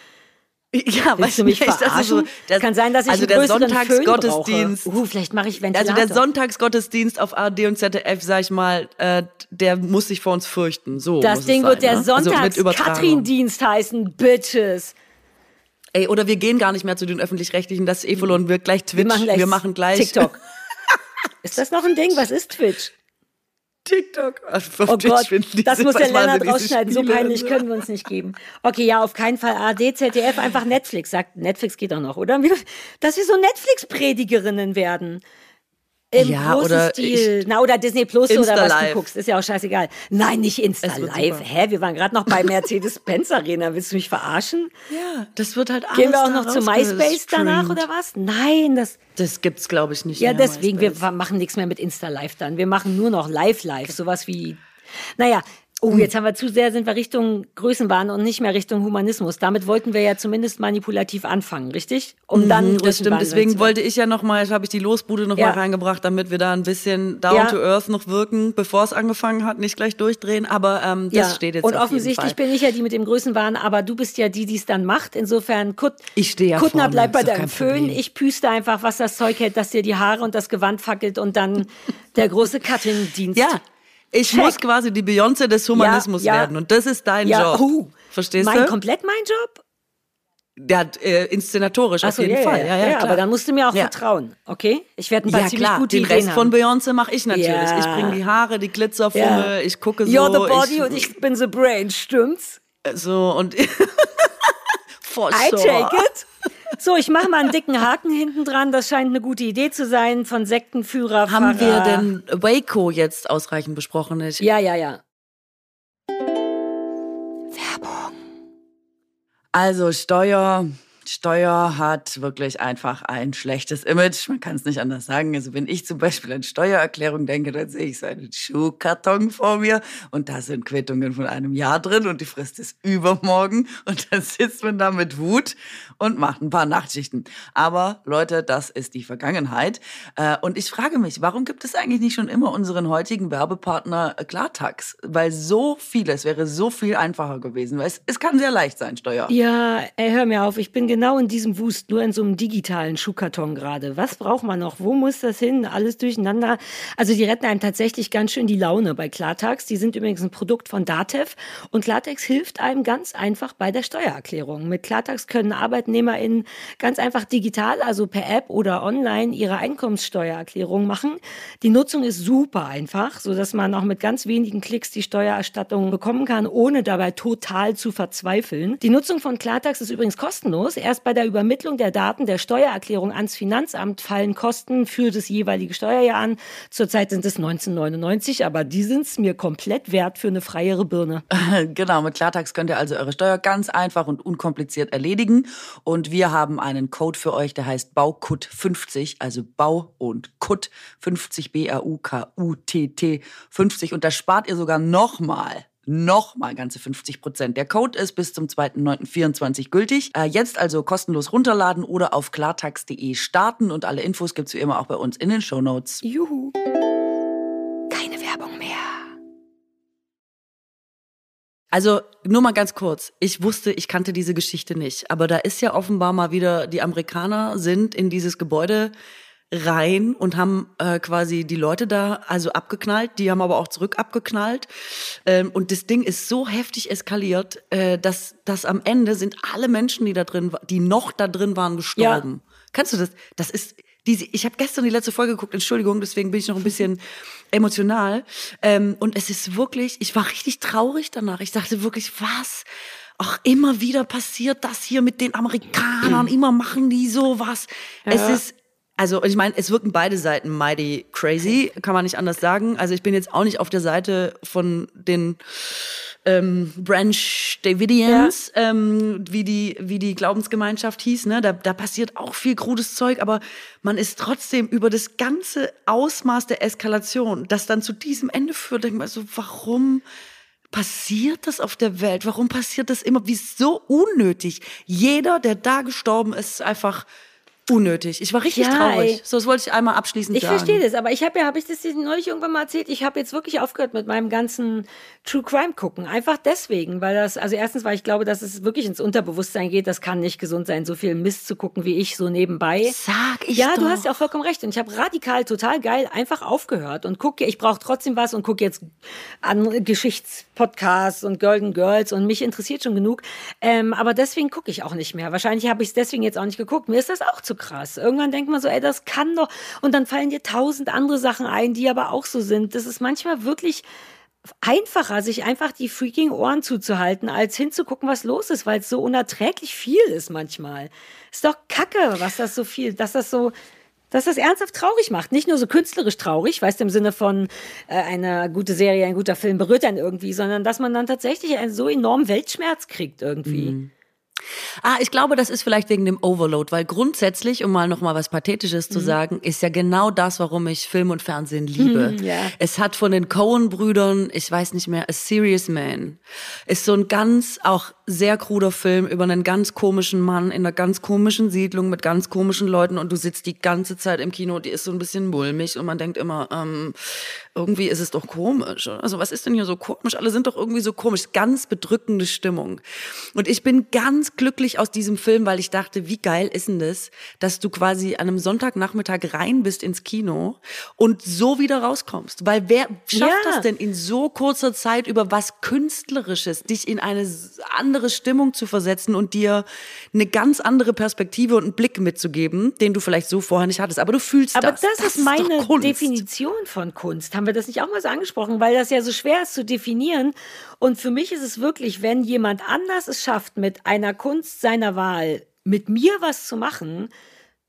Ja, Willst du mich nicht, verarschen? das ist so, das, Kann sein, dass ich also einen der größeren Sonntagsgottesdienst. Föhn brauche. Uh, vielleicht mache ich Ventilator. Also der Sonntagsgottesdienst auf A R D und Z D F, sag ich mal, äh, der muss sich vor uns fürchten. So das muss Ding es sein, wird der ne? Also mit Übertragung. Sonntags-Katrin-Dienst heißen, Bitches. Ey, oder wir gehen gar nicht mehr zu den Öffentlich-Rechtlichen, das ist eh verloren, wir gleich Twitch, Wir machen gleich, wir machen gleich TikTok. Ist das noch ein Ding? Was ist Twitch? TikTok. Oh Gott, das muss der Lennart diese rausschneiden. So Spiele. peinlich können wir uns nicht geben. Okay, ja, auf keinen Fall A R D, Z D F, einfach Netflix. Sagt, Netflix geht doch noch, oder? Dass wir so Netflix-Predigerinnen werden. Im Ja, großen oder Stil. ich- Na, oder Disney Plus oder was Insta-Live. du guckst. Ist ja auch scheißegal. Nein, nicht Es wird Insta-Live. super. Hä? Wir waren gerade noch bei Mercedes-Benz Arena. Willst du mich verarschen? Ja, das wird halt alles Gehen wir auch da noch zu MySpace danach rausgestreamt. oder was? Nein, das... Das gibt's, glaube ich, nicht Ja, mehr. deswegen, MySpace. wir machen nichts mehr mit Insta-Live dann. Wir machen nur noch Live-Live, sowas wie, naja, Hm. oh, jetzt haben wir zu sehr, sind wir Richtung Größenwahn und nicht mehr Richtung Humanismus. Damit wollten wir ja zumindest manipulativ anfangen, richtig? Um dann Mhm, das stimmt, Größenwahn deswegen zu- wollte ich ja noch mal, habe ich die Losbude noch Ja. mal reingebracht, damit wir da ein bisschen down Ja. to earth noch wirken, bevor es angefangen hat, nicht gleich durchdrehen, aber ähm, das ja. steht jetzt Und auf jeden offensichtlich Fall. bin ich ja die mit dem Größenwahn, aber du bist ja die, die es dann macht. Insofern, Kut, Ich stehe ja Kuttner vorne, bleibt bei ist doch deinem kein Föhn. Problem. Ich püste einfach, was das Zeug hält, dass dir die Haare und das Gewand fackelt und dann der große Cutting-Dienst. Ja, ich Check. muss quasi die Beyoncé des Humanismus Ja, ja. werden und das ist dein Ja, Job. oh. Verstehst mein, du? Komplett mein Job? Ja, äh, inszenatorisch Ach auf so, jeden ja, Fall. Ja, Ja, ja, ja, klar. aber dann musst du mir auch Ja. vertrauen, okay? Ich werde ein paar Ja ziemlich klar, gute den Ideen Rest haben. von Beyoncé mache ich natürlich. Ja. Ich bringe die Haare, die Glitzerfumme, Ja. ich gucke so. You're the body ich, und ich bin the brain, stimmt's? So und for I sure. take it. So, ich mache mal einen dicken Haken hinten dran. Das scheint eine gute Idee zu sein von Sektenführer. Haben wir Pfarrer. denn Waco jetzt ausreichend besprochen? Ich, Ja, ja, ja. Also Steuer, Steuer hat wirklich einfach ein schlechtes Image. Man kann es nicht anders sagen. Also wenn ich zum Beispiel an Steuererklärung denke, dann sehe ich so einen Schuhkarton vor mir und da sind Quittungen von einem Jahr drin und die Frist ist übermorgen und dann sitzt man da mit Wut und macht ein paar Nachtschichten. Aber Leute, das ist die Vergangenheit. Und ich frage mich, warum gibt es eigentlich nicht schon immer unseren heutigen Werbepartner Klartax? Weil so viel, es wäre so viel einfacher gewesen. Weil es, es kann sehr leicht sein, Steuer. Ja, ey, hör mir auf, ich bin genau in diesem Wust, nur in so einem digitalen Schuhkarton gerade. Was braucht man noch? Wo muss das hin? Alles durcheinander. Also die retten einem tatsächlich ganz schön die Laune bei Klartax. Die sind übrigens ein Produkt von Datev und Klartax hilft einem ganz einfach bei der Steuererklärung. Mit Klartax können ArbeitnehmerInnen ganz einfach digital, also per App oder online, ihre Einkommenssteuererklärung machen. Die Nutzung ist super einfach, sodass man auch mit ganz wenigen Klicks die Steuererstattung bekommen kann, ohne dabei total zu verzweifeln. Die Nutzung von Klartax ist übrigens kostenlos. Erst bei der Übermittlung der Daten der Steuererklärung ans Finanzamt fallen Kosten für das jeweilige Steuerjahr an. Zurzeit sind es neunzehnhundertneunundneunzig, aber die sind es mir komplett wert für eine freiere Birne. Genau, mit Klartax könnt ihr also eure Steuer ganz einfach und unkompliziert erledigen. Und wir haben einen Code für euch, der heißt Baukut fünfzig, also Bau und Kut fünfzig, B A U K U T T fünfzig. Und da spart ihr sogar nochmal. Nochmal ganze fünfzig Prozent. Der Code ist bis zum zweiten neunten vierundzwanzig gültig. Äh, jetzt also kostenlos runterladen oder auf klartax punkt de starten. Und alle Infos gibt's wie immer auch bei uns in den Shownotes. Juhu. Keine Werbung mehr. Also nur mal ganz kurz. Ich wusste, ich kannte diese Geschichte nicht. Aber da ist ja offenbar mal wieder, die Amerikaner sind in dieses Gebäude rein und haben äh, quasi die Leute da also abgeknallt, die haben aber auch zurück abgeknallt ähm, und das Ding ist so heftig eskaliert, äh, dass, dass am Ende sind alle Menschen, die da drin, die noch da drin waren, gestorben. Ja. Kannst du das? Das ist diese. Ich habe gestern die letzte Folge geguckt. Entschuldigung, deswegen bin ich noch ein bisschen emotional. Ähm, und es ist wirklich, ich war richtig traurig danach. Ich dachte wirklich, was? Ach, immer wieder passiert das hier mit den Amerikanern. Immer machen die sowas. Ja. Es ist Also ich meine, es wirken beide Seiten mighty crazy, kann man nicht anders sagen. Also ich bin jetzt auch nicht auf der Seite von den ähm, Branch Davidians, ja. ähm, wie die wie die Glaubensgemeinschaft hieß. Ne? Da, da passiert auch viel krudes Zeug, aber man ist trotzdem über das ganze Ausmaß der Eskalation, das dann zu diesem Ende führt, denkt man so, warum passiert das auf der Welt? Warum passiert das immer? Wie so unnötig? Jeder, der da gestorben ist, ist einfach unnötig. Ich war richtig ja, traurig. Ey. So, das wollte ich einmal abschließend ich sagen. Ich verstehe das, aber ich habe ja, habe ich das dir neulich irgendwann mal erzählt, ich habe jetzt wirklich aufgehört mit meinem ganzen True Crime gucken. Einfach deswegen, weil das, also erstens, weil ich glaube, dass es wirklich ins Unterbewusstsein geht, das kann nicht gesund sein, so viel Mist zu gucken wie ich so nebenbei. Sag ich Ja, doch. Du hast ja auch vollkommen recht und ich habe radikal, total geil einfach aufgehört und gucke, ich brauche trotzdem was und gucke jetzt an Geschichtspodcasts und Golden Girls und mich interessiert schon genug, ähm, aber deswegen gucke ich auch nicht mehr. Wahrscheinlich habe ich es deswegen jetzt auch nicht geguckt. Mir ist das auch zu krass. Irgendwann denkt man so, ey, das kann doch. Und dann fallen dir tausend andere Sachen ein, die aber auch so sind. Das ist manchmal wirklich einfacher, sich einfach die freaking Ohren zuzuhalten, als hinzugucken, was los ist, weil es so unerträglich viel ist manchmal. Ist doch Kacke, was das so viel, dass das so, dass das ernsthaft traurig macht. Nicht nur so künstlerisch traurig, weißt du, im Sinne von äh, eine gute Serie, ein guter Film berührt einen irgendwie, sondern dass man dann tatsächlich einen so enormen Weltschmerz kriegt irgendwie. Mhm. Ah, ich glaube, das ist vielleicht wegen dem Overload, weil grundsätzlich, um mal noch mal was Pathetisches mhm. zu sagen, ist ja genau das, warum ich Film und Fernsehen liebe. Mhm, yeah. Es hat von den Coen-Brüdern, ich weiß nicht mehr, A Serious Man, ist so ein ganz, auch sehr kruder Film über einen ganz komischen Mann in einer ganz komischen Siedlung mit ganz komischen Leuten und du sitzt die ganze Zeit im Kino, die ist so ein bisschen mulmig und man denkt immer, ähm, irgendwie ist es doch komisch. Also was ist denn hier so komisch? Alle sind doch irgendwie so komisch. Ganz bedrückende Stimmung. Und ich bin ganz glücklich aus diesem Film, weil ich dachte, wie geil ist denn das, dass du quasi an einem Sonntagnachmittag rein bist ins Kino und so wieder rauskommst. Weil wer schafft ja. das denn in so kurzer Zeit über was Künstlerisches, dich in eine andere Stimmung zu versetzen und dir eine ganz andere Perspektive und einen Blick mitzugeben, den du vielleicht so vorher nicht hattest. Aber du fühlst Aber das. Aber das, das ist, ist meine Definition von Kunst. Haben wir das nicht auch mal so angesprochen? Weil das ja so schwer ist zu definieren. Und für mich ist es wirklich, wenn jemand anders es schafft, mit einer Kunst seiner Wahl mit mir was zu machen,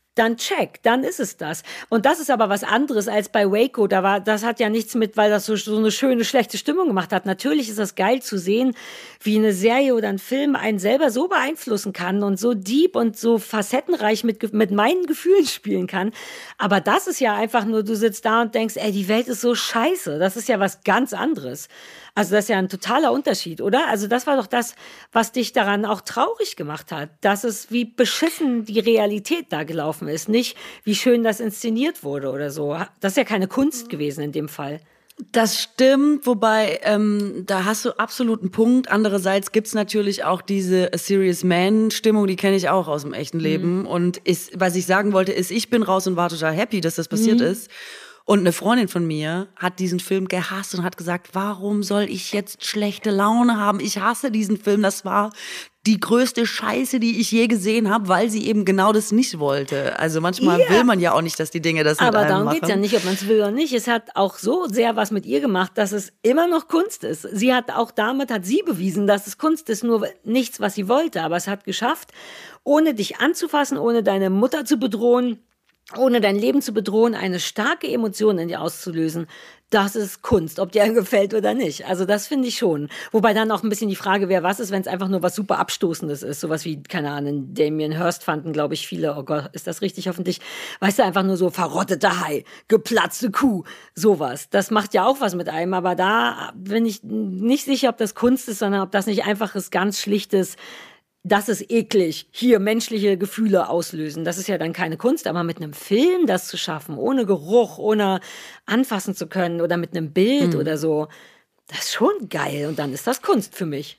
dann check, dann ist es das. Und das ist aber was anderes als bei Waco. Da war, das hat ja nichts mit, weil das so, so eine schöne, schlechte Stimmung gemacht hat. Natürlich ist das geil zu sehen, wie eine Serie oder ein Film einen selber so beeinflussen kann und so deep und so facettenreich mit, mit meinen Gefühlen spielen kann. Aber das ist ja einfach nur, du sitzt da und denkst, ey, die Welt ist so scheiße. Das ist ja was ganz anderes. Also das ist ja ein totaler Unterschied, oder? Also das war doch das, was dich daran auch traurig gemacht hat. Dass es, wie beschissen die Realität da gelaufen ist. Nicht, wie schön das inszeniert wurde oder so. Das ist ja keine Kunst gewesen in dem Fall. Das stimmt, wobei, ähm, da hast du absolut einen Punkt. Andererseits gibt's natürlich auch diese A Serious Man-Stimmung, die kenne ich auch aus dem echten Leben. Mhm. Und ist, was ich sagen wollte, ist, ich bin raus und war total happy, dass das passiert mhm. ist. Und eine Freundin von mir hat diesen Film gehasst und hat gesagt, warum soll ich jetzt schlechte Laune haben? Ich hasse diesen Film. Das war die größte Scheiße, die ich je gesehen habe, weil sie eben genau das nicht wollte. Also manchmal yeah. will man ja auch nicht, dass die Dinge das Aber mit einem machen. Aber darum geht's ja nicht, ob man es will oder nicht. Es hat auch so sehr was mit ihr gemacht, dass es immer noch Kunst ist. Sie hat auch damit, hat sie bewiesen, dass es Kunst ist, nur nichts, was sie wollte. Aber es hat geschafft, ohne dich anzufassen, ohne deine Mutter zu bedrohen, ohne dein Leben zu bedrohen, eine starke Emotion in dir auszulösen. Das ist Kunst, ob dir gefällt oder nicht. Also das finde ich schon. Wobei dann auch ein bisschen die Frage wäre, was ist, wenn es einfach nur was super Abstoßendes ist. Sowas wie, keine Ahnung, Damien Hirst fanden, glaube ich, viele. Oh Gott, ist das richtig hoffentlich? Weißt du, einfach nur so verrotteter Hai, geplatzte Kuh, sowas. Das macht ja auch was mit einem. Aber da bin ich nicht sicher, ob das Kunst ist, sondern ob das nicht einfaches, ganz schlichtes, das ist eklig, hier menschliche Gefühle auslösen. Das ist ja dann keine Kunst, aber mit einem Film das zu schaffen, ohne Geruch, ohne anfassen zu können oder mit einem Bild mhm. oder so, das ist schon geil und dann ist das Kunst für mich.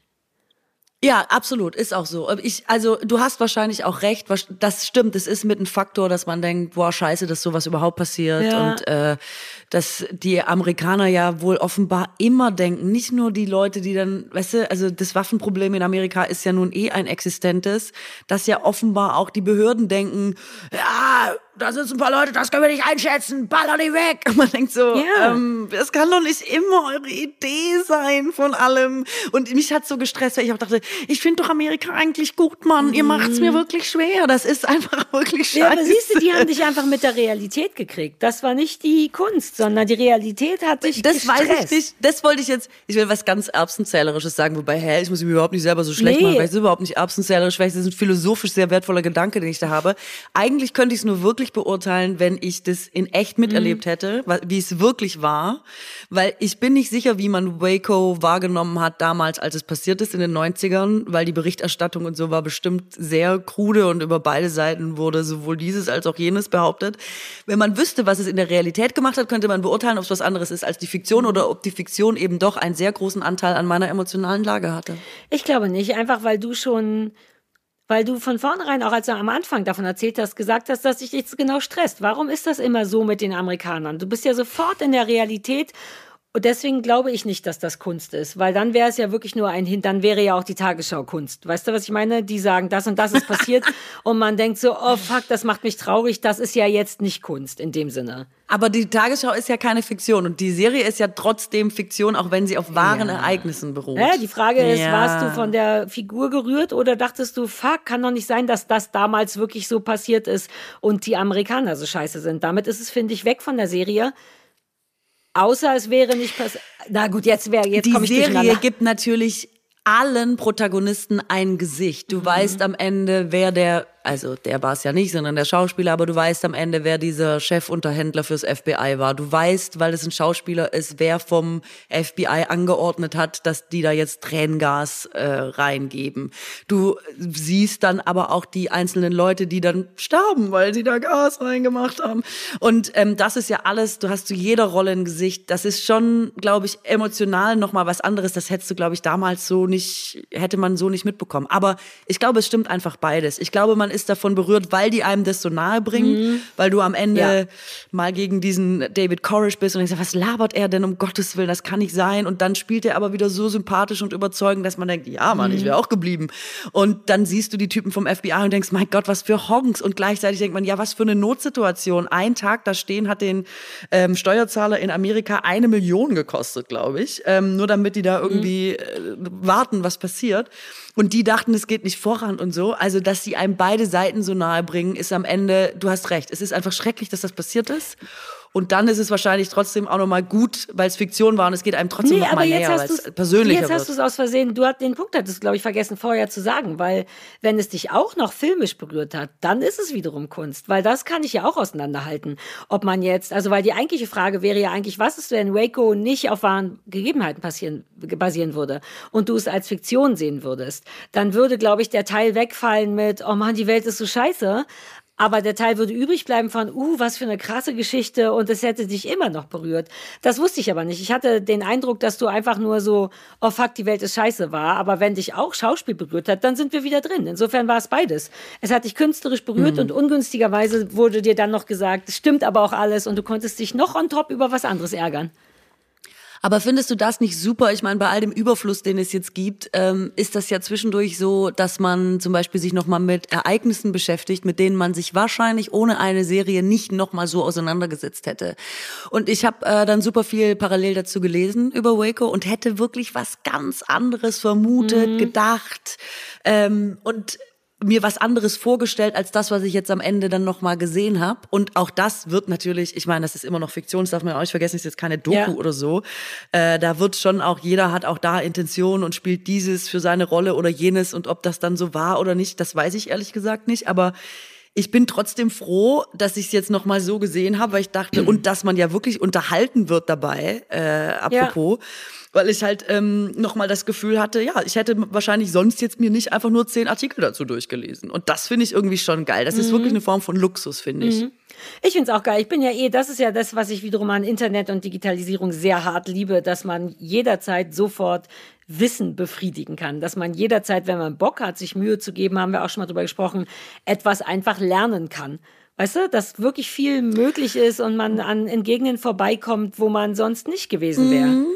Ja, absolut, ist auch so. Ich, also du hast wahrscheinlich auch recht, das stimmt, es ist mit einem Faktor, dass man denkt, boah, scheiße, dass sowas überhaupt passiert ja. und äh, dass die Amerikaner ja wohl offenbar immer denken, nicht nur die Leute, die dann, weißt du, also das Waffenproblem in Amerika ist ja nun eh ein existentes, dass ja offenbar auch die Behörden denken, ja, da sind ein paar Leute, das können wir nicht einschätzen, baller die weg. Und man denkt so, yeah. ähm, das kann doch nicht immer eure Idee sein von allem. Und mich hat's so gestresst, weil ich auch dachte, ich finde doch Amerika eigentlich gut, Mann. Ihr macht's mir wirklich schwer. Das ist einfach wirklich scheiße. Ja, aber siehst du, die haben dich einfach mit der Realität gekriegt. Das war nicht die Kunst, sondern die Realität hat dich das gestresst. Weiß ich nicht. Das wollte ich jetzt, ich will was ganz Erbsenzählerisches sagen, wobei, hä, ich muss mich überhaupt nicht selber so schlecht nee. machen, weil es überhaupt nicht erbsenzählerisch, weil es ist ein philosophisch sehr wertvoller Gedanke, den ich da habe. Eigentlich könnte ich es nur wirklich beurteilen, wenn ich das in echt miterlebt mhm. hätte, wie es wirklich war, weil ich bin nicht sicher, wie man Waco wahrgenommen hat damals, als es passiert ist in den neunzigern, weil die Berichterstattung und so war bestimmt sehr krude und über beide Seiten wurde sowohl dieses als auch jenes behauptet. Wenn man wüsste, was es in der Realität gemacht hat, könnte man beurteilen, ob es was anderes ist als die Fiktion oder ob die Fiktion eben doch einen sehr großen Anteil an meiner emotionalen Lage hatte. Ich glaube nicht, einfach weil du schon Weil du von vornherein, auch als du am Anfang davon erzählt hast, gesagt hast, dass dich jetzt genau stresst. Warum ist das immer so mit den Amerikanern? Du bist ja sofort in der Realität und deswegen glaube ich nicht, dass das Kunst ist. Weil dann wäre es ja wirklich nur ein Hin, dann wäre ja auch die Tagesschau Kunst. Weißt du, was ich meine? Die sagen, das und das ist passiert und man denkt so, oh fuck, das macht mich traurig, das ist ja jetzt nicht Kunst in dem Sinne. Aber die Tagesschau ist ja keine Fiktion und die Serie ist ja trotzdem Fiktion, auch wenn sie auf wahren ja. Ereignissen beruht. Ja, die Frage ist, ja. warst du von der Figur gerührt oder dachtest du, fuck, kann doch nicht sein, dass das damals wirklich so passiert ist und die Amerikaner so scheiße sind. Damit ist es, finde ich, weg von der Serie. Außer es wäre nicht passiert. Na gut, jetzt wäre jetzt komme ich durcheinander. Die Serie gibt natürlich allen Protagonisten ein Gesicht. Du mhm. weißt am Ende, wer der, also der war es ja nicht, sondern der Schauspieler, aber du weißt am Ende, wer dieser Chefunterhändler fürs F B I war. Du weißt, weil es ein Schauspieler ist, wer vom F B I angeordnet hat, dass die da jetzt Tränengas äh, reingeben. Du siehst dann aber auch die einzelnen Leute, die dann starben, weil sie da Gas reingemacht haben. Und ähm, das ist ja alles, du hast zu jeder Rolle ein Gesicht. Das ist schon, glaube ich, emotional nochmal was anderes. Das hättest du, glaube ich, damals so nicht, hätte man so nicht mitbekommen. Aber ich glaube, es stimmt einfach beides. Ich glaube, man ist davon berührt, weil die einem das so nahe bringen, mhm. weil du am Ende ja. mal gegen diesen David Koresh bist und denkst, was labert er denn, um Gottes Willen, das kann nicht sein. Und dann spielt er aber wieder so sympathisch und überzeugend, dass man denkt, ja Mann, mhm. ich wäre auch geblieben. Und dann siehst du die Typen vom F B I und denkst, mein Gott, was für Honks. Und gleichzeitig denkt man, ja, was für eine Notsituation. Ein Tag da stehen hat den ähm, Steuerzahler in Amerika eine Million gekostet, glaube ich. Ähm, nur damit die da irgendwie mhm. äh, warten, was passiert. Und die dachten, es geht nicht voran und so. Also, dass sie einem beide beide Seiten so nahe bringen, ist am Ende, du hast recht, es ist einfach schrecklich, dass das passiert ist. Und dann ist es wahrscheinlich trotzdem auch nochmal gut, weil es Fiktion war und es geht einem trotzdem Nee, nochmal näher, weil es persönlicher Jetzt hast du es aus Versehen, du hast den Punkt hattest, glaube ich, vergessen vorher zu sagen, weil wenn es dich auch noch filmisch berührt hat, dann ist es wiederum Kunst, weil das kann ich ja auch auseinanderhalten. Ob man jetzt, also weil die eigentliche Frage wäre ja eigentlich, was ist, wenn Waco nicht auf wahren Gegebenheiten passieren, basieren würde und du es als Fiktion sehen würdest, dann würde, glaube ich, der Teil wegfallen mit, oh Mann, die Welt ist so scheiße. Aber der Teil würde übrig bleiben von, uh, was für eine krasse Geschichte und es hätte dich immer noch berührt. Das wusste ich aber nicht. Ich hatte den Eindruck, dass du einfach nur so, oh fuck, die Welt ist scheiße war. Aber wenn dich auch Schauspiel berührt hat, dann sind wir wieder drin. Insofern war es beides. Es hat dich künstlerisch berührt mhm. und ungünstigerweise wurde dir dann noch gesagt, es stimmt aber auch alles und du konntest dich noch on top über was anderes ärgern. Aber findest du das nicht super? Ich meine, bei all dem Überfluss, den es jetzt gibt, ähm, ist das ja zwischendurch so, dass man zum Beispiel sich nochmal mit Ereignissen beschäftigt, mit denen man sich wahrscheinlich ohne eine Serie nicht nochmal so auseinandergesetzt hätte. Und ich habe äh, dann super viel parallel dazu gelesen über Waco und hätte wirklich was ganz anderes vermutet, mhm. gedacht ähm, und mir was anderes vorgestellt als das, was ich jetzt am Ende dann nochmal gesehen habe. Und auch das wird natürlich, ich meine, das ist immer noch Fiktion, das darf man auch nicht vergessen, ist jetzt keine Doku ja. oder so. Äh, da wird schon auch, jeder hat auch da Intention und spielt dieses für seine Rolle oder jenes. Und ob das dann so war oder nicht, das weiß ich ehrlich gesagt nicht. Aber ich bin trotzdem froh, dass ich es jetzt nochmal so gesehen habe, weil ich dachte, und dass man ja wirklich unterhalten wird dabei, äh, apropos. Ja. Weil ich halt ähm, nochmal das Gefühl hatte, ja, ich hätte wahrscheinlich sonst jetzt mir nicht einfach nur zehn Artikel dazu durchgelesen. Und das finde ich irgendwie schon geil. Das mhm. ist wirklich eine Form von Luxus, finde ich. Mhm. Ich finde es auch geil. Ich bin ja eh, das ist ja das, was ich wiederum an Internet und Digitalisierung sehr hart liebe, dass man jederzeit sofort Wissen befriedigen kann. Dass man jederzeit, wenn man Bock hat, sich Mühe zu geben, haben wir auch schon mal drüber gesprochen, etwas einfach lernen kann. Weißt du, dass wirklich viel möglich ist und man an in Gegenden vorbeikommt, wo man sonst nicht gewesen wäre. Mhm.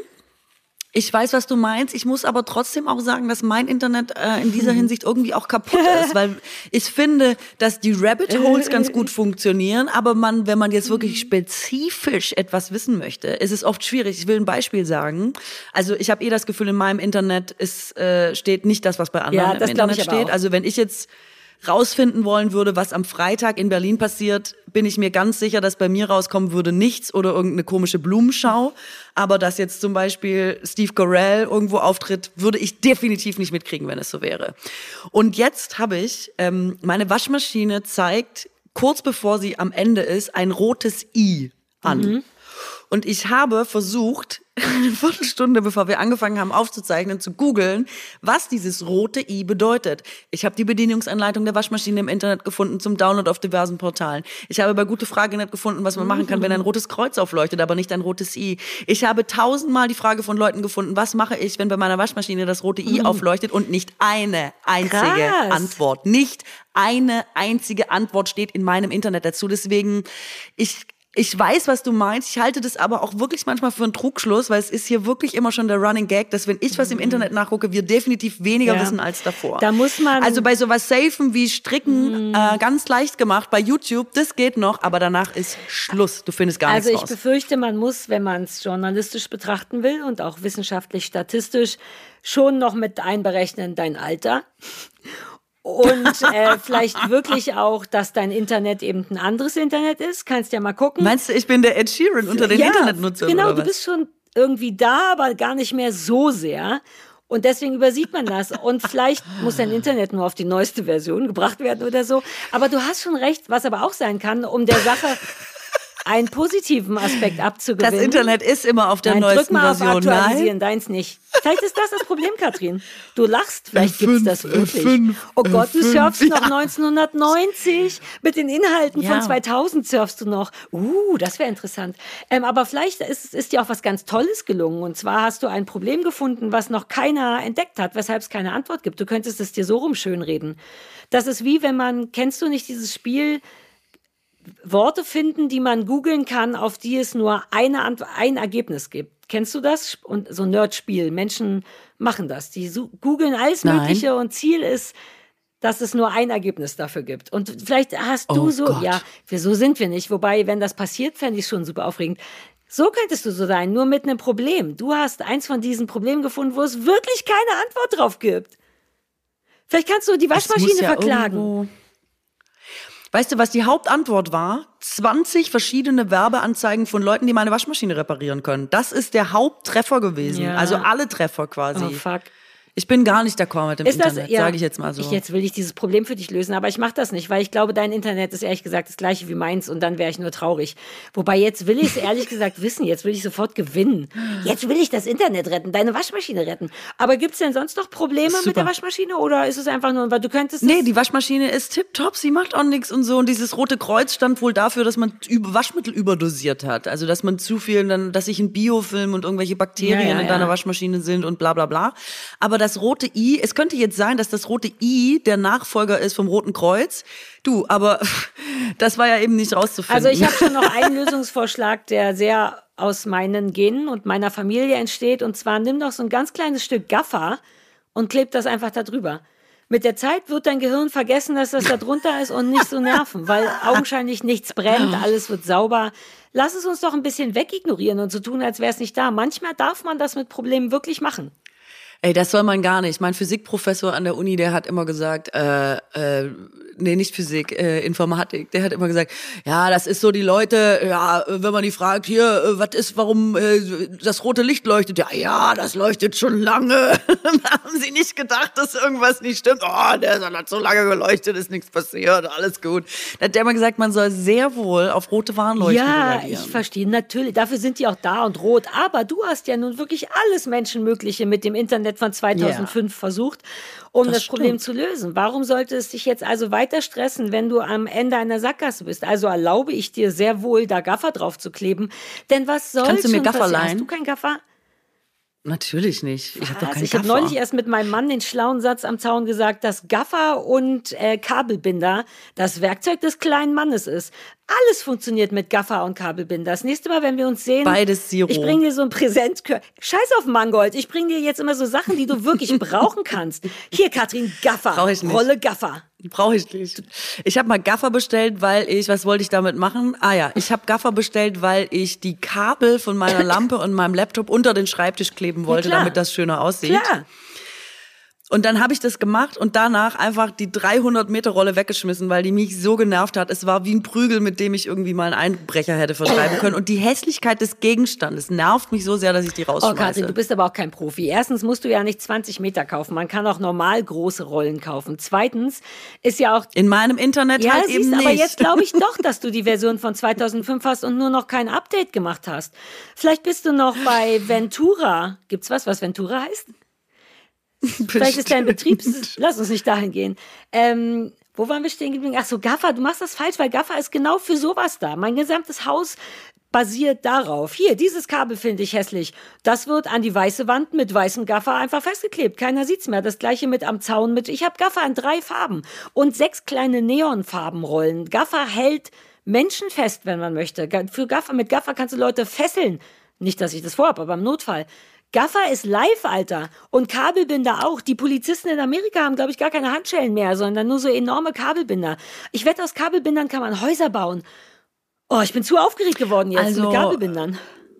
Ich weiß, was du meinst. Ich muss aber trotzdem auch sagen, dass mein Internet äh, in dieser Hinsicht irgendwie auch kaputt ist, weil ich finde, dass die Rabbit Holes ganz gut funktionieren, aber man, wenn man jetzt wirklich spezifisch etwas wissen möchte, ist es oft schwierig. Ich will ein Beispiel sagen. Also ich habe eh das Gefühl, in meinem Internet ist, äh, steht nicht das, was bei anderen ja, das im Internet ich aber steht. auch. Also wenn ich jetzt rausfinden wollen würde, was am Freitag in Berlin passiert, bin ich mir ganz sicher, dass bei mir rauskommen würde nichts oder irgendeine komische Blumenschau. Aber dass jetzt zum Beispiel Steve Carell irgendwo auftritt, würde ich definitiv nicht mitkriegen, wenn es so wäre. Und jetzt habe ich, ähm, meine Waschmaschine zeigt, kurz bevor sie am Ende ist, ein rotes I an. Mhm. Und ich habe versucht, eine Viertelstunde, bevor wir angefangen haben aufzuzeichnen, zu googeln, was dieses rote I bedeutet. Ich habe die Bedienungsanleitung der Waschmaschine im Internet gefunden zum Download auf diversen Portalen. Ich habe bei Gute Frage Net gefunden, was man machen kann, wenn ein rotes Kreuz aufleuchtet, aber nicht ein rotes I. Ich habe tausendmal die Frage von Leuten gefunden, was mache ich, wenn bei meiner Waschmaschine das rote I mhm. aufleuchtet und nicht eine einzige Krass. Antwort. Nicht eine einzige Antwort steht in meinem Internet dazu. Deswegen, ich Ich weiß, was du meinst. Ich halte das aber auch wirklich manchmal für einen Trugschluss, weil es ist hier wirklich immer schon der Running Gag, dass wenn ich was im Internet nachgucke, wir definitiv weniger ja. wissen als davor. Da muss man also bei sowas Safen wie Stricken mm. äh, ganz leicht gemacht bei YouTube, das geht noch, aber danach ist Schluss. Du findest gar also nichts raus. Also ich befürchte, man muss, wenn man es journalistisch betrachten will und auch wissenschaftlich, statistisch, schon noch mit einberechnen dein Alter. Und äh, vielleicht wirklich auch, dass dein Internet eben ein anderes Internet ist. Kannst ja mal gucken. Meinst du, ich bin der Ed Sheeran unter den ja, Internetnutzern? Genau, oder was? Du bist schon irgendwie da, aber gar nicht mehr so sehr. Und deswegen übersieht man das. Und vielleicht muss dein Internet nur auf die neueste Version gebracht werden oder so. Aber du hast schon recht, was aber auch sein kann, um der Sache einen positiven Aspekt abzugewinnen. Das Internet ist immer auf der Nein, neuesten drück mal Version. Auf aktualisieren, Nein? Deins nicht. Vielleicht ist das das Problem, Katrin. Du lachst, vielleicht F fünf, gibt's das wirklich. F fünf, oh Gott, du F fünf, surfst ja. noch neunzehnhundertneunzig. Mit den Inhalten ja. von zweitausend surfst du noch. Uh, das wäre interessant. Ähm, aber vielleicht ist, ist dir auch was ganz Tolles gelungen. Und zwar hast du ein Problem gefunden, was noch keiner entdeckt hat, weshalb es keine Antwort gibt. Du könntest es dir so rum schönreden. Das ist wie, wenn man, kennst du nicht dieses Spiel, Worte finden, die man googeln kann, auf die es nur eine Ant- ein Ergebnis gibt. Kennst du das? Und so ein Nerdspiel. Menschen machen das. Die su- googeln alles Nein. Mögliche und Ziel ist, dass es nur ein Ergebnis dafür gibt. Und vielleicht hast du oh so, Gott. ja, wir, so sind wir nicht. Wobei, wenn das passiert, fände ich es schon super aufregend. So könntest du so sein, nur mit einem Problem. Du hast eins von diesen Problemen gefunden, wo es wirklich keine Antwort drauf gibt. Vielleicht kannst du die Waschmaschine ja verklagen. Irgendwo Weißt du, was die Hauptantwort war? zwanzig verschiedene Werbeanzeigen von Leuten, die meine Waschmaschine reparieren können. Das ist der Haupttreffer gewesen. Ja. Also alle Treffer quasi. Oh, fuck. Ich bin gar nicht d'accord mit dem Ist das, Internet, ja, sage ich jetzt mal so. Ich, jetzt will ich dieses Problem für dich lösen, aber ich mache das nicht, weil ich glaube, dein Internet ist ehrlich gesagt das gleiche wie meins und dann wäre ich nur traurig. Wobei jetzt will ich es ehrlich gesagt wissen, jetzt will ich sofort gewinnen. Jetzt will ich das Internet retten, deine Waschmaschine retten. Aber gibt es denn sonst noch Probleme Super. mit der Waschmaschine oder ist es einfach nur, weil du könntest... Nee, die Waschmaschine ist tipptopp, sie macht auch nichts und so. Und dieses Rote Kreuz stand wohl dafür, dass man Waschmittel überdosiert hat. Also, dass man zu viel, dann, dass sich ein Biofilm und irgendwelche Bakterien ja, ja, in deiner ja. Waschmaschine sind und bla bla bla. Aber das rote I, es könnte jetzt sein, dass das rote I der Nachfolger ist vom Roten Kreuz. Du, aber das war ja eben nicht rauszufinden. Also ich habe schon noch einen Lösungsvorschlag, der sehr aus meinen Genen und meiner Familie entsteht. Und zwar nimm doch so ein ganz kleines Stück Gaffer und kleb das einfach da drüber. Mit der Zeit wird dein Gehirn vergessen, dass das da drunter ist und nicht so nerven, weil augenscheinlich nichts brennt, alles wird sauber. Lass es uns doch ein bisschen wegignorieren und so tun, als wäre es nicht da. Manchmal darf man das mit Problemen wirklich machen. Ey, das soll man gar nicht. Mein Physikprofessor an der Uni, der hat immer gesagt, äh, äh, nee, nicht Physik, äh, Informatik, der hat immer gesagt, ja, das ist so die Leute, ja, wenn man die fragt, hier, äh, was ist, warum äh, das rote Licht leuchtet? Ja, ja, das leuchtet schon lange. Da haben sie nicht gedacht, dass irgendwas nicht stimmt. Oh, der hat so lange geleuchtet, ist nichts passiert, alles gut. Da hat der immer gesagt, man soll sehr wohl auf rote Warnleuchten Ja, reagieren. ich verstehe, natürlich, dafür sind die auch da und rot. Aber du hast ja nun wirklich alles Menschenmögliche mit dem Internet von zweitausendfünf ja. versucht, um das, das Problem zu lösen. Warum sollte es dich jetzt also weiter stressen, wenn du am Ende einer Sackgasse bist? Also erlaube ich dir sehr wohl, da Gaffer drauf zu kleben. Denn was soll Kannst du mir schon Gaffer passieren? leihen? Hast du keinen Gaffer? Natürlich nicht. Ich habe doch keinen Ich habe neulich erst mit meinem Mann den schlauen Satz am Zaun gesagt, dass Gaffer und äh, Kabelbinder das Werkzeug des kleinen Mannes ist. Alles funktioniert mit Gaffer und Kabelbinder. Das nächste Mal, wenn wir uns sehen, beides Zero. Ich bringe dir so ein Präsent. Scheiß auf Mangold. Ich bringe dir jetzt immer so Sachen, die du wirklich brauchen kannst. Hier, Katrin, Gaffer. Brauch ich nicht. Rolle Gaffer. Brauche ich nicht. Ich habe mal Gaffer bestellt, weil ich, was wollte ich damit machen? Ah ja, ich habe Gaffer bestellt, weil ich die Kabel von meiner Lampe und meinem Laptop unter den Schreibtisch kleben wollte, ja, damit das schöner aussieht. Klar. Und dann habe ich das gemacht und danach einfach die dreihundert Meter Rolle weggeschmissen, weil die mich so genervt hat. Es war wie ein Prügel, mit dem ich irgendwie mal einen Einbrecher hätte vertreiben können. Und die Hässlichkeit des Gegenstandes nervt mich so sehr, dass ich die rausschmeiße. Oh, Katrin, du bist aber auch kein Profi. Erstens musst du ja nicht zwanzig Meter kaufen. Man kann auch normal große Rollen kaufen. Zweitens ist ja auch... In meinem Internet ja, halt siehst, eben nicht. Aber jetzt glaube ich doch, dass du die Version von zweitausendfünf hast und nur noch kein Update gemacht hast. Vielleicht bist du noch bei Ventura. Gibt's was, was Ventura heißt? Vielleicht ist dein Betriebs... Lass uns nicht dahin gehen. Ähm, wo waren wir stehen geblieben? Ach so, Gaffer, du machst das falsch, weil Gaffer ist genau für sowas da. Mein gesamtes Haus basiert darauf. Hier, dieses Kabel finde ich hässlich. Das wird an die weiße Wand mit weißem Gaffer einfach festgeklebt. Keiner sieht's mehr. Das gleiche mit am Zaun mit... Ich habe Gaffer in drei Farben und sechs kleine Neonfarbenrollen. Gaffer hält Menschen fest, wenn man möchte. Für Gaffer, mit Gaffer kannst du Leute fesseln. Nicht, dass ich das vorhabe, aber im Notfall. Gaffer ist live, Alter. Und Kabelbinder auch. Die Polizisten in Amerika haben, glaube ich, gar keine Handschellen mehr, sondern nur so enorme Kabelbinder. Ich wette, aus Kabelbindern kann man Häuser bauen. Oh, ich bin zu aufgeregt geworden jetzt also, mit Kabelbindern.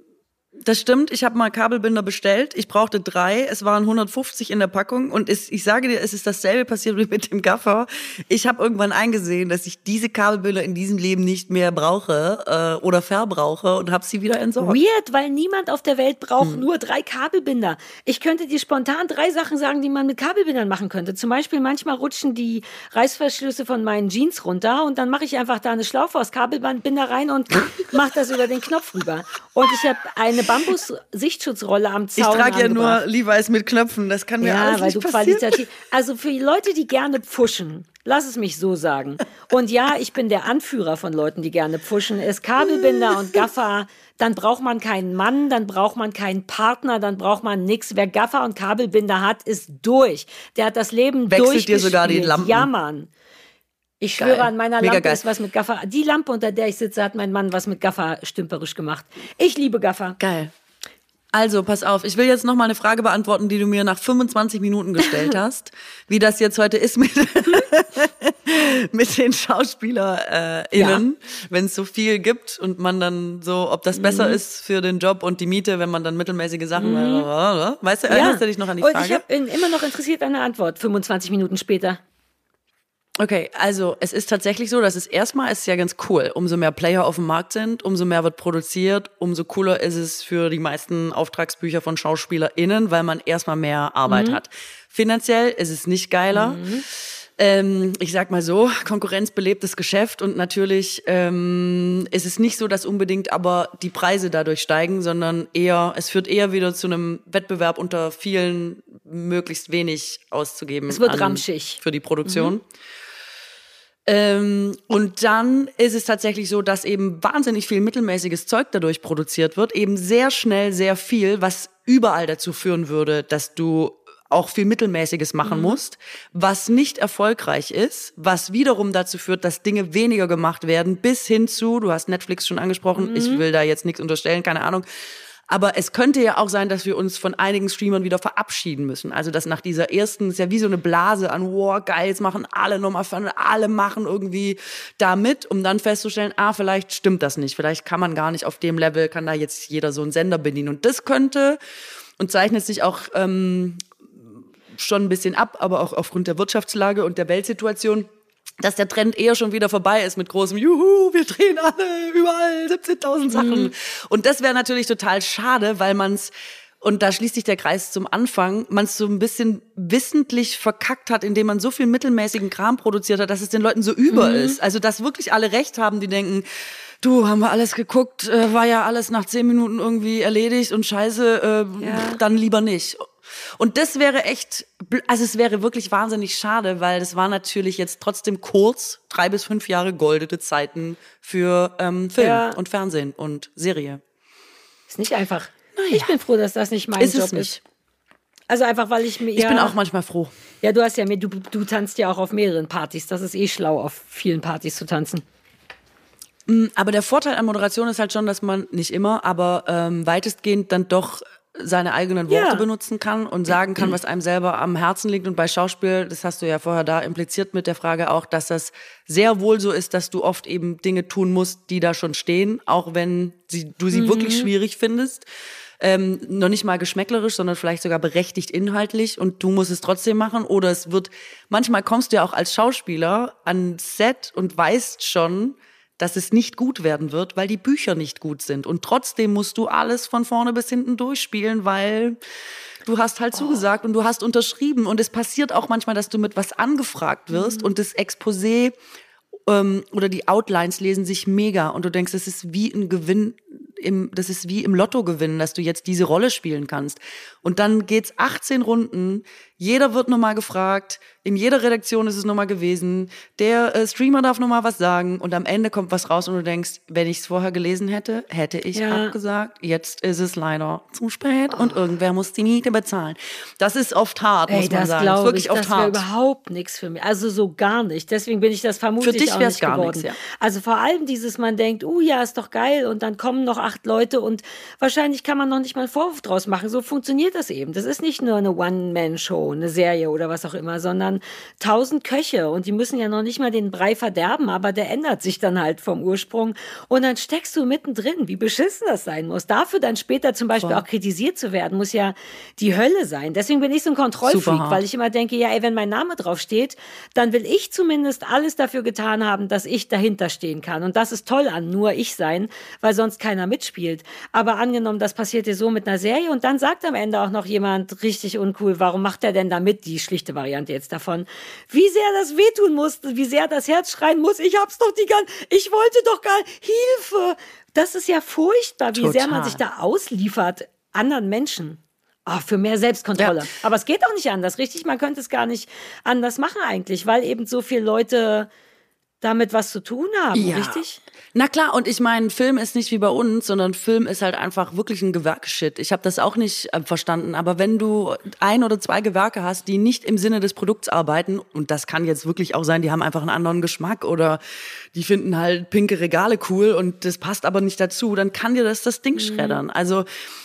Das stimmt, ich habe mal Kabelbinder bestellt. Ich brauchte drei, es waren hundertfünfzig in der Packung und es, ich sage dir, es ist dasselbe passiert wie mit dem Gaffer. Ich habe irgendwann eingesehen, dass ich diese Kabelbinder in diesem Leben nicht mehr brauche äh, oder verbrauche und habe sie wieder entsorgt. Weird, weil niemand auf der Welt braucht hm. nur drei Kabelbinder. Ich könnte dir spontan drei Sachen sagen, die man mit Kabelbindern machen könnte. Zum Beispiel manchmal rutschen die Reißverschlüsse von meinen Jeans runter und dann mache ich einfach da eine Schlaufe aus Kabelbinder rein und mache das über den Knopf rüber. Und ich habe eine Bambus-Sichtschutzrolle am Zaun. Ich trage ja angebracht. nur Levi's mit Knöpfen, das kann mir ja, alles weil nicht du passieren. qualitativ. Also für Leute, die gerne pfuschen, lass es mich so sagen. Und ja, ich bin der Anführer von Leuten, die gerne pfuschen, ist Kabelbinder und Gaffer. Dann braucht man keinen Mann, dann braucht man keinen Partner, dann braucht man nichts. Wer Gaffer und Kabelbinder hat, ist durch. Der hat das Leben Wechselt durchgespielt. dir sogar die Lampen. Ja, Mann. Ich schwöre, Geil. an meiner Mega Lampe geil. ist was mit Gaffer. Die Lampe, unter der ich sitze, hat mein Mann was mit Gaffer stümperisch gemacht. Ich liebe Gaffer. Geil. Also, pass auf, ich will jetzt noch mal eine Frage beantworten, die du mir nach fünfundzwanzig Minuten gestellt hast, wie das jetzt heute ist mit, mit den SchauspielerInnen, äh, Ja. wenn es so viel gibt und man dann so, ob das besser ist für den Job und die Miete, wenn man dann mittelmäßige Sachen, mhm. weißt du, erinnerst du dich noch an die Und Frage? ich bin immer noch interessiert an der Antwort, fünfundzwanzig Minuten später. Okay, also es ist tatsächlich so, dass es erstmal ist ja ganz cool. Umso mehr Player auf dem Markt sind, umso mehr wird produziert, umso cooler ist es für die meisten Auftragsbücher von SchauspielerInnen, weil man erstmal mehr Arbeit mhm. hat. Finanziell ist es nicht geiler. Mhm. Ähm, ich sag mal so, konkurrenzbelebtes Geschäft und natürlich ähm, ist es nicht so, dass unbedingt aber die Preise dadurch steigen, sondern eher, es führt eher wieder zu einem Wettbewerb unter vielen, möglichst wenig auszugeben. Es wird an, ramschig. Für die Produktion. Mhm. Ähm, und dann ist es tatsächlich so, dass eben wahnsinnig viel mittelmäßiges Zeug dadurch produziert wird, eben sehr schnell sehr viel, was überall dazu führen würde, dass du auch viel Mittelmäßiges machen mhm. musst, was nicht erfolgreich ist, was wiederum dazu führt, dass Dinge weniger gemacht werden, bis hin zu, du hast Netflix schon angesprochen, mhm. ich will da jetzt nichts unterstellen, keine Ahnung, aber es könnte ja auch sein, dass wir uns von einigen Streamern wieder verabschieden müssen. Also dass nach dieser ersten, ist ja wie so eine Blase an, wow, geil, jetzt machen alle nochmal Fun, alle machen irgendwie da mit, um dann festzustellen, ah, vielleicht stimmt das nicht, vielleicht kann man gar nicht auf dem Level, kann da jetzt jeder so einen Sender bedienen. Und das könnte und zeichnet sich auch ähm, schon ein bisschen ab, aber auch aufgrund der Wirtschaftslage und der Weltsituation, dass der Trend eher schon wieder vorbei ist mit großem Juhu, wir drehen alle überall siebzehntausend Sachen. Mhm. Und das wäre natürlich total schade, weil man's, und da schließt sich der Kreis zum Anfang, man es so ein bisschen wissentlich verkackt hat, indem man so viel mittelmäßigen Kram produziert hat, dass es den Leuten so über mhm. ist. Also dass wirklich alle recht haben, die denken, du, haben wir alles geguckt, äh, war ja alles nach zehn Minuten irgendwie erledigt und scheiße, äh, ja. dann lieber nicht. Und das wäre echt, also es wäre wirklich wahnsinnig schade, weil das war natürlich jetzt trotzdem kurz, drei bis fünf Jahre goldene Zeiten für ähm, Film ja. und Fernsehen und Serie. Ist nicht einfach. Naja. Ich bin froh, dass das nicht mein ist Job ist. Also einfach, weil ich mir... Ich ja, bin auch manchmal froh. Ja, du hast ja, du, du tanzt ja auch auf mehreren Partys. Das ist eh schlau, auf vielen Partys zu tanzen. Aber der Vorteil an Moderation ist halt schon, dass man nicht immer, aber ähm, weitestgehend dann doch seine eigenen Worte ja. benutzen kann und sagen kann, was einem selber am Herzen liegt. Und bei Schauspiel, das hast du ja vorher da impliziert mit der Frage auch, dass das sehr wohl so ist, dass du oft eben Dinge tun musst, die da schon stehen, auch wenn sie, du sie mhm. wirklich schwierig findest. Ähm, noch nicht mal geschmäcklerisch, sondern vielleicht sogar berechtigt inhaltlich und du musst es trotzdem machen. Oder es wird, manchmal kommst du ja auch als Schauspieler ans Set und weißt schon, dass es nicht gut werden wird, weil die Bücher nicht gut sind. Und trotzdem musst du alles von vorne bis hinten durchspielen, weil du hast halt oh. zugesagt und du hast unterschrieben. Und es passiert auch manchmal, dass du mit was angefragt wirst mhm. und das Exposé ähm, oder die Outlines lesen sich mega. Und du denkst, das ist wie ein Gewinn, im, das ist wie im Lotto gewinnen, dass du jetzt diese Rolle spielen kannst. Und dann geht's achtzehn Runden, jeder wird nochmal gefragt, in jeder Redaktion ist es nochmal gewesen, der äh, Streamer darf nochmal was sagen und am Ende kommt was raus und du denkst, wenn ich es vorher gelesen hätte, hätte ich ja. abgesagt. Jetzt ist es leider zu spät oh. und irgendwer muss die Miete bezahlen. Das ist oft hart, Ey, muss man das sagen. Das ist wirklich ich, oft das hart. Das wäre überhaupt nichts für mich. Also so gar nicht. Deswegen bin ich das vermutlich für dich auch wär's nicht gar geworden. Nix, ja. Also vor allem dieses, man denkt, uh ja, ist doch geil und dann kommen noch acht Leute und wahrscheinlich kann man noch nicht mal einen Vorwurf draus machen. So funktioniert das eben. Das ist nicht nur eine One-Man-Show, eine Serie oder was auch immer, sondern tausend Köche und die müssen ja noch nicht mal den Brei verderben, aber der ändert sich dann halt vom Ursprung und dann steckst du mittendrin, wie beschissen das sein muss. Dafür dann später zum Beispiel Voll. auch kritisiert zu werden, muss ja die Hölle sein. Deswegen bin ich so ein Kontrollfreak, weil ich immer denke, ja, ey, wenn mein Name drauf steht, dann will ich zumindest alles dafür getan haben, dass ich dahinter stehen kann und das ist toll an nur ich sein, weil sonst keiner mitspielt. Aber angenommen, das passiert dir so mit einer Serie und dann sagt am Ende auch noch jemand richtig uncool, warum macht er denn da mit, die schlichte Variante jetzt davon, wie sehr das wehtun muss, wie sehr das Herz schreien muss, ich hab's doch die ganze, ich wollte doch gar, Hilfe! Das ist ja furchtbar, wie Total. sehr man sich da ausliefert anderen Menschen. Oh, für mehr Selbstkontrolle. Ja. Aber es geht auch nicht anders, richtig? Man könnte es gar nicht anders machen eigentlich, weil eben so viele Leute damit was zu tun haben, ja. richtig? Na klar, und ich meine, Film ist nicht wie bei uns, sondern Film ist halt einfach wirklich ein Gewerkshit. Ich habe das auch nicht äh, verstanden, aber wenn du ein oder zwei Gewerke hast, die nicht im Sinne des Produkts arbeiten, und das kann jetzt wirklich auch sein, die haben einfach einen anderen Geschmack oder die finden halt pinke Regale cool und das passt aber nicht dazu, dann kann dir das das Ding mhm. schreddern. Also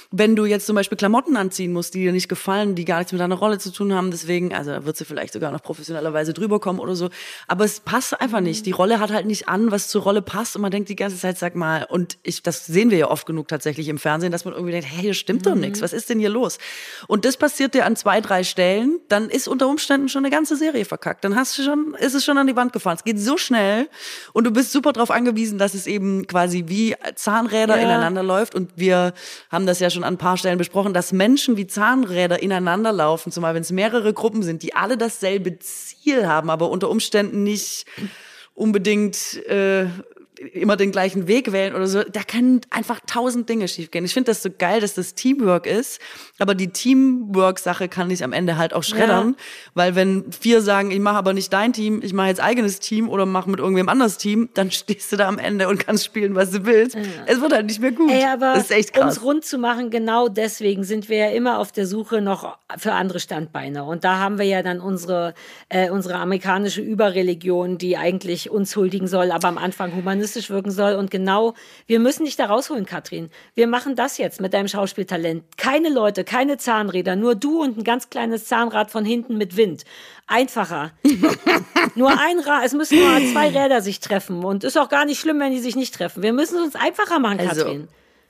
wenn du jetzt zum Beispiel Klamotten anziehen musst, die dir nicht gefallen, die gar nichts mit deiner Rolle zu tun haben, deswegen, also da wird sie vielleicht sogar noch professionellerweise drüber kommen oder so, aber es passt einfach nicht. Die Rolle hat halt nicht an, was zur Rolle passt und man denkt die ganze Zeit, sag mal, und ich, das sehen wir ja oft genug tatsächlich im Fernsehen, dass man irgendwie denkt, hey, hier stimmt doch nichts, was ist denn hier los? Und das passiert dir an zwei, drei Stellen, dann ist unter Umständen schon eine ganze Serie verkackt, dann hast du schon, ist es schon an die Wand gefahren. Es geht so schnell und du bist super darauf angewiesen, dass es eben quasi wie Zahnräder ja. ineinander läuft und wir haben das ja schon an ein paar Stellen besprochen, dass Menschen wie Zahnräder ineinander laufen, zumal wenn es mehrere Gruppen sind, die alle dasselbe Ziel haben, aber unter Umständen nicht unbedingt äh, immer den gleichen Weg wählen oder so. Da können einfach tausend Dinge schiefgehen. Ich finde das so geil, dass das Teamwork ist, aber die Teamwork-Sache kann ich am Ende halt auch schreddern, ja. weil wenn vier sagen, ich mache aber nicht dein Team, ich mache jetzt eigenes Team oder mache mit irgendwem anders Team, dann stehst du da am Ende und kannst spielen, was du willst. Ja. Es wird halt nicht mehr gut. Ey, aber das ist echt krass. Um es rund zu machen, genau deswegen sind wir ja immer auf der Suche noch für andere Standbeine. Und da haben wir ja dann unsere, äh, unsere amerikanische Überreligion, die eigentlich uns huldigen soll, aber am Anfang humanistisch wirken soll. Und genau, wir müssen dich da rausholen, Katrin. Wir machen das jetzt mit deinem Schauspieltalent. Keine Leute, keine Zahnräder, nur du und ein ganz kleines Zahnrad von hinten mit Wind. Einfacher. Nur ein Rad, es müssen nur zwei Räder sich treffen. Und ist auch gar nicht schlimm, wenn die sich nicht treffen. Wir müssen es uns einfacher machen, Katrin. Also.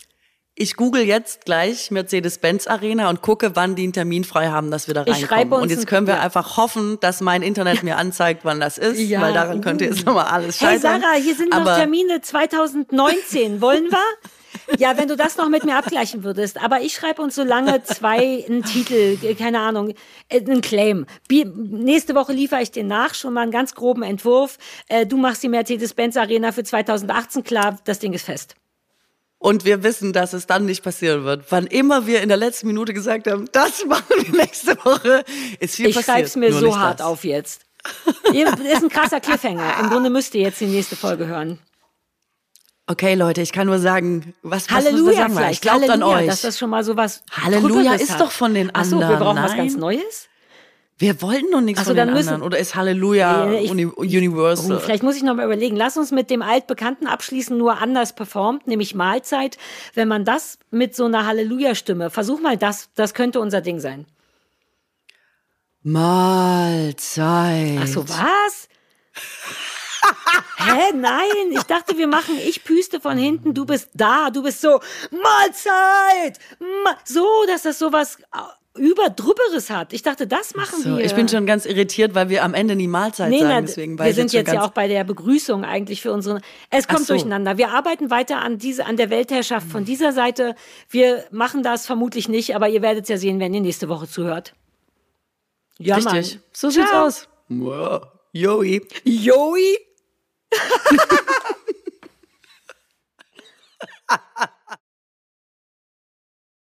Ich google jetzt gleich Mercedes-Benz Arena und gucke, wann die einen Termin frei haben, dass wir da ich reinkommen. Uns und jetzt können wir ja. einfach hoffen, dass mein Internet mir anzeigt, wann das ist, ja. weil daran könnte jetzt nochmal alles scheitern. Hey Sarah, hier sind aber noch Termine zwanzig neunzehn. Wollen wir? Ja, wenn du das noch mit mir abgleichen würdest. Aber ich schreibe uns so lange zwei, einen Titel, keine Ahnung, einen Claim. Nächste Woche liefere ich dir nach, schon mal einen ganz groben Entwurf. Du machst die Mercedes-Benz Arena für zwanzig achtzehn klar, das Ding ist fest. Und wir wissen, dass es dann nicht passieren wird. Wann immer wir in der letzten Minute gesagt haben, das machen wir nächste Woche, ist viel ich passiert. Ich schreibe es mir so hart das. auf jetzt. Das ist ein krasser Cliffhanger. Im Grunde müsst ihr jetzt die nächste Folge hören. Okay, Leute, ich kann nur sagen, was Halleluja was sagen? Ich glaube an euch. Dass das schon mal so was Halleluja ist hat. Doch von den anderen. Ach so, wir brauchen Nein. was ganz Neues? Wir wollten noch nichts so, von den müssen, anderen. Oder ist Halleluja nee, ich, Universal? Oh, vielleicht muss ich noch mal überlegen. Lass uns mit dem Altbekannten abschließen, nur anders performt, nämlich Mahlzeit. Wenn man das mit so einer Halleluja-Stimme, versuch mal das, das könnte unser Ding sein. Mahlzeit. Ach so, was? Hä, nein, ich dachte, wir machen Ich Püste von hinten, du bist da, du bist so, Mahlzeit! Ma so, dass das sowas Überdrüberes hat. Ich dachte, das machen so, wir. Ich bin schon ganz irritiert, weil wir am Ende nie Mahlzeit nee, sagen. Na, deswegen wir sind jetzt, jetzt ja auch bei der Begrüßung eigentlich für unsere... Es kommt so. durcheinander. Wir arbeiten weiter an, diese, an der Weltherrschaft von dieser Seite. Wir machen das vermutlich nicht, aber ihr werdet es ja sehen, wenn ihr nächste Woche zuhört. Ja, richtig. Mann. So sieht's aus. Wow. Joey. Joey?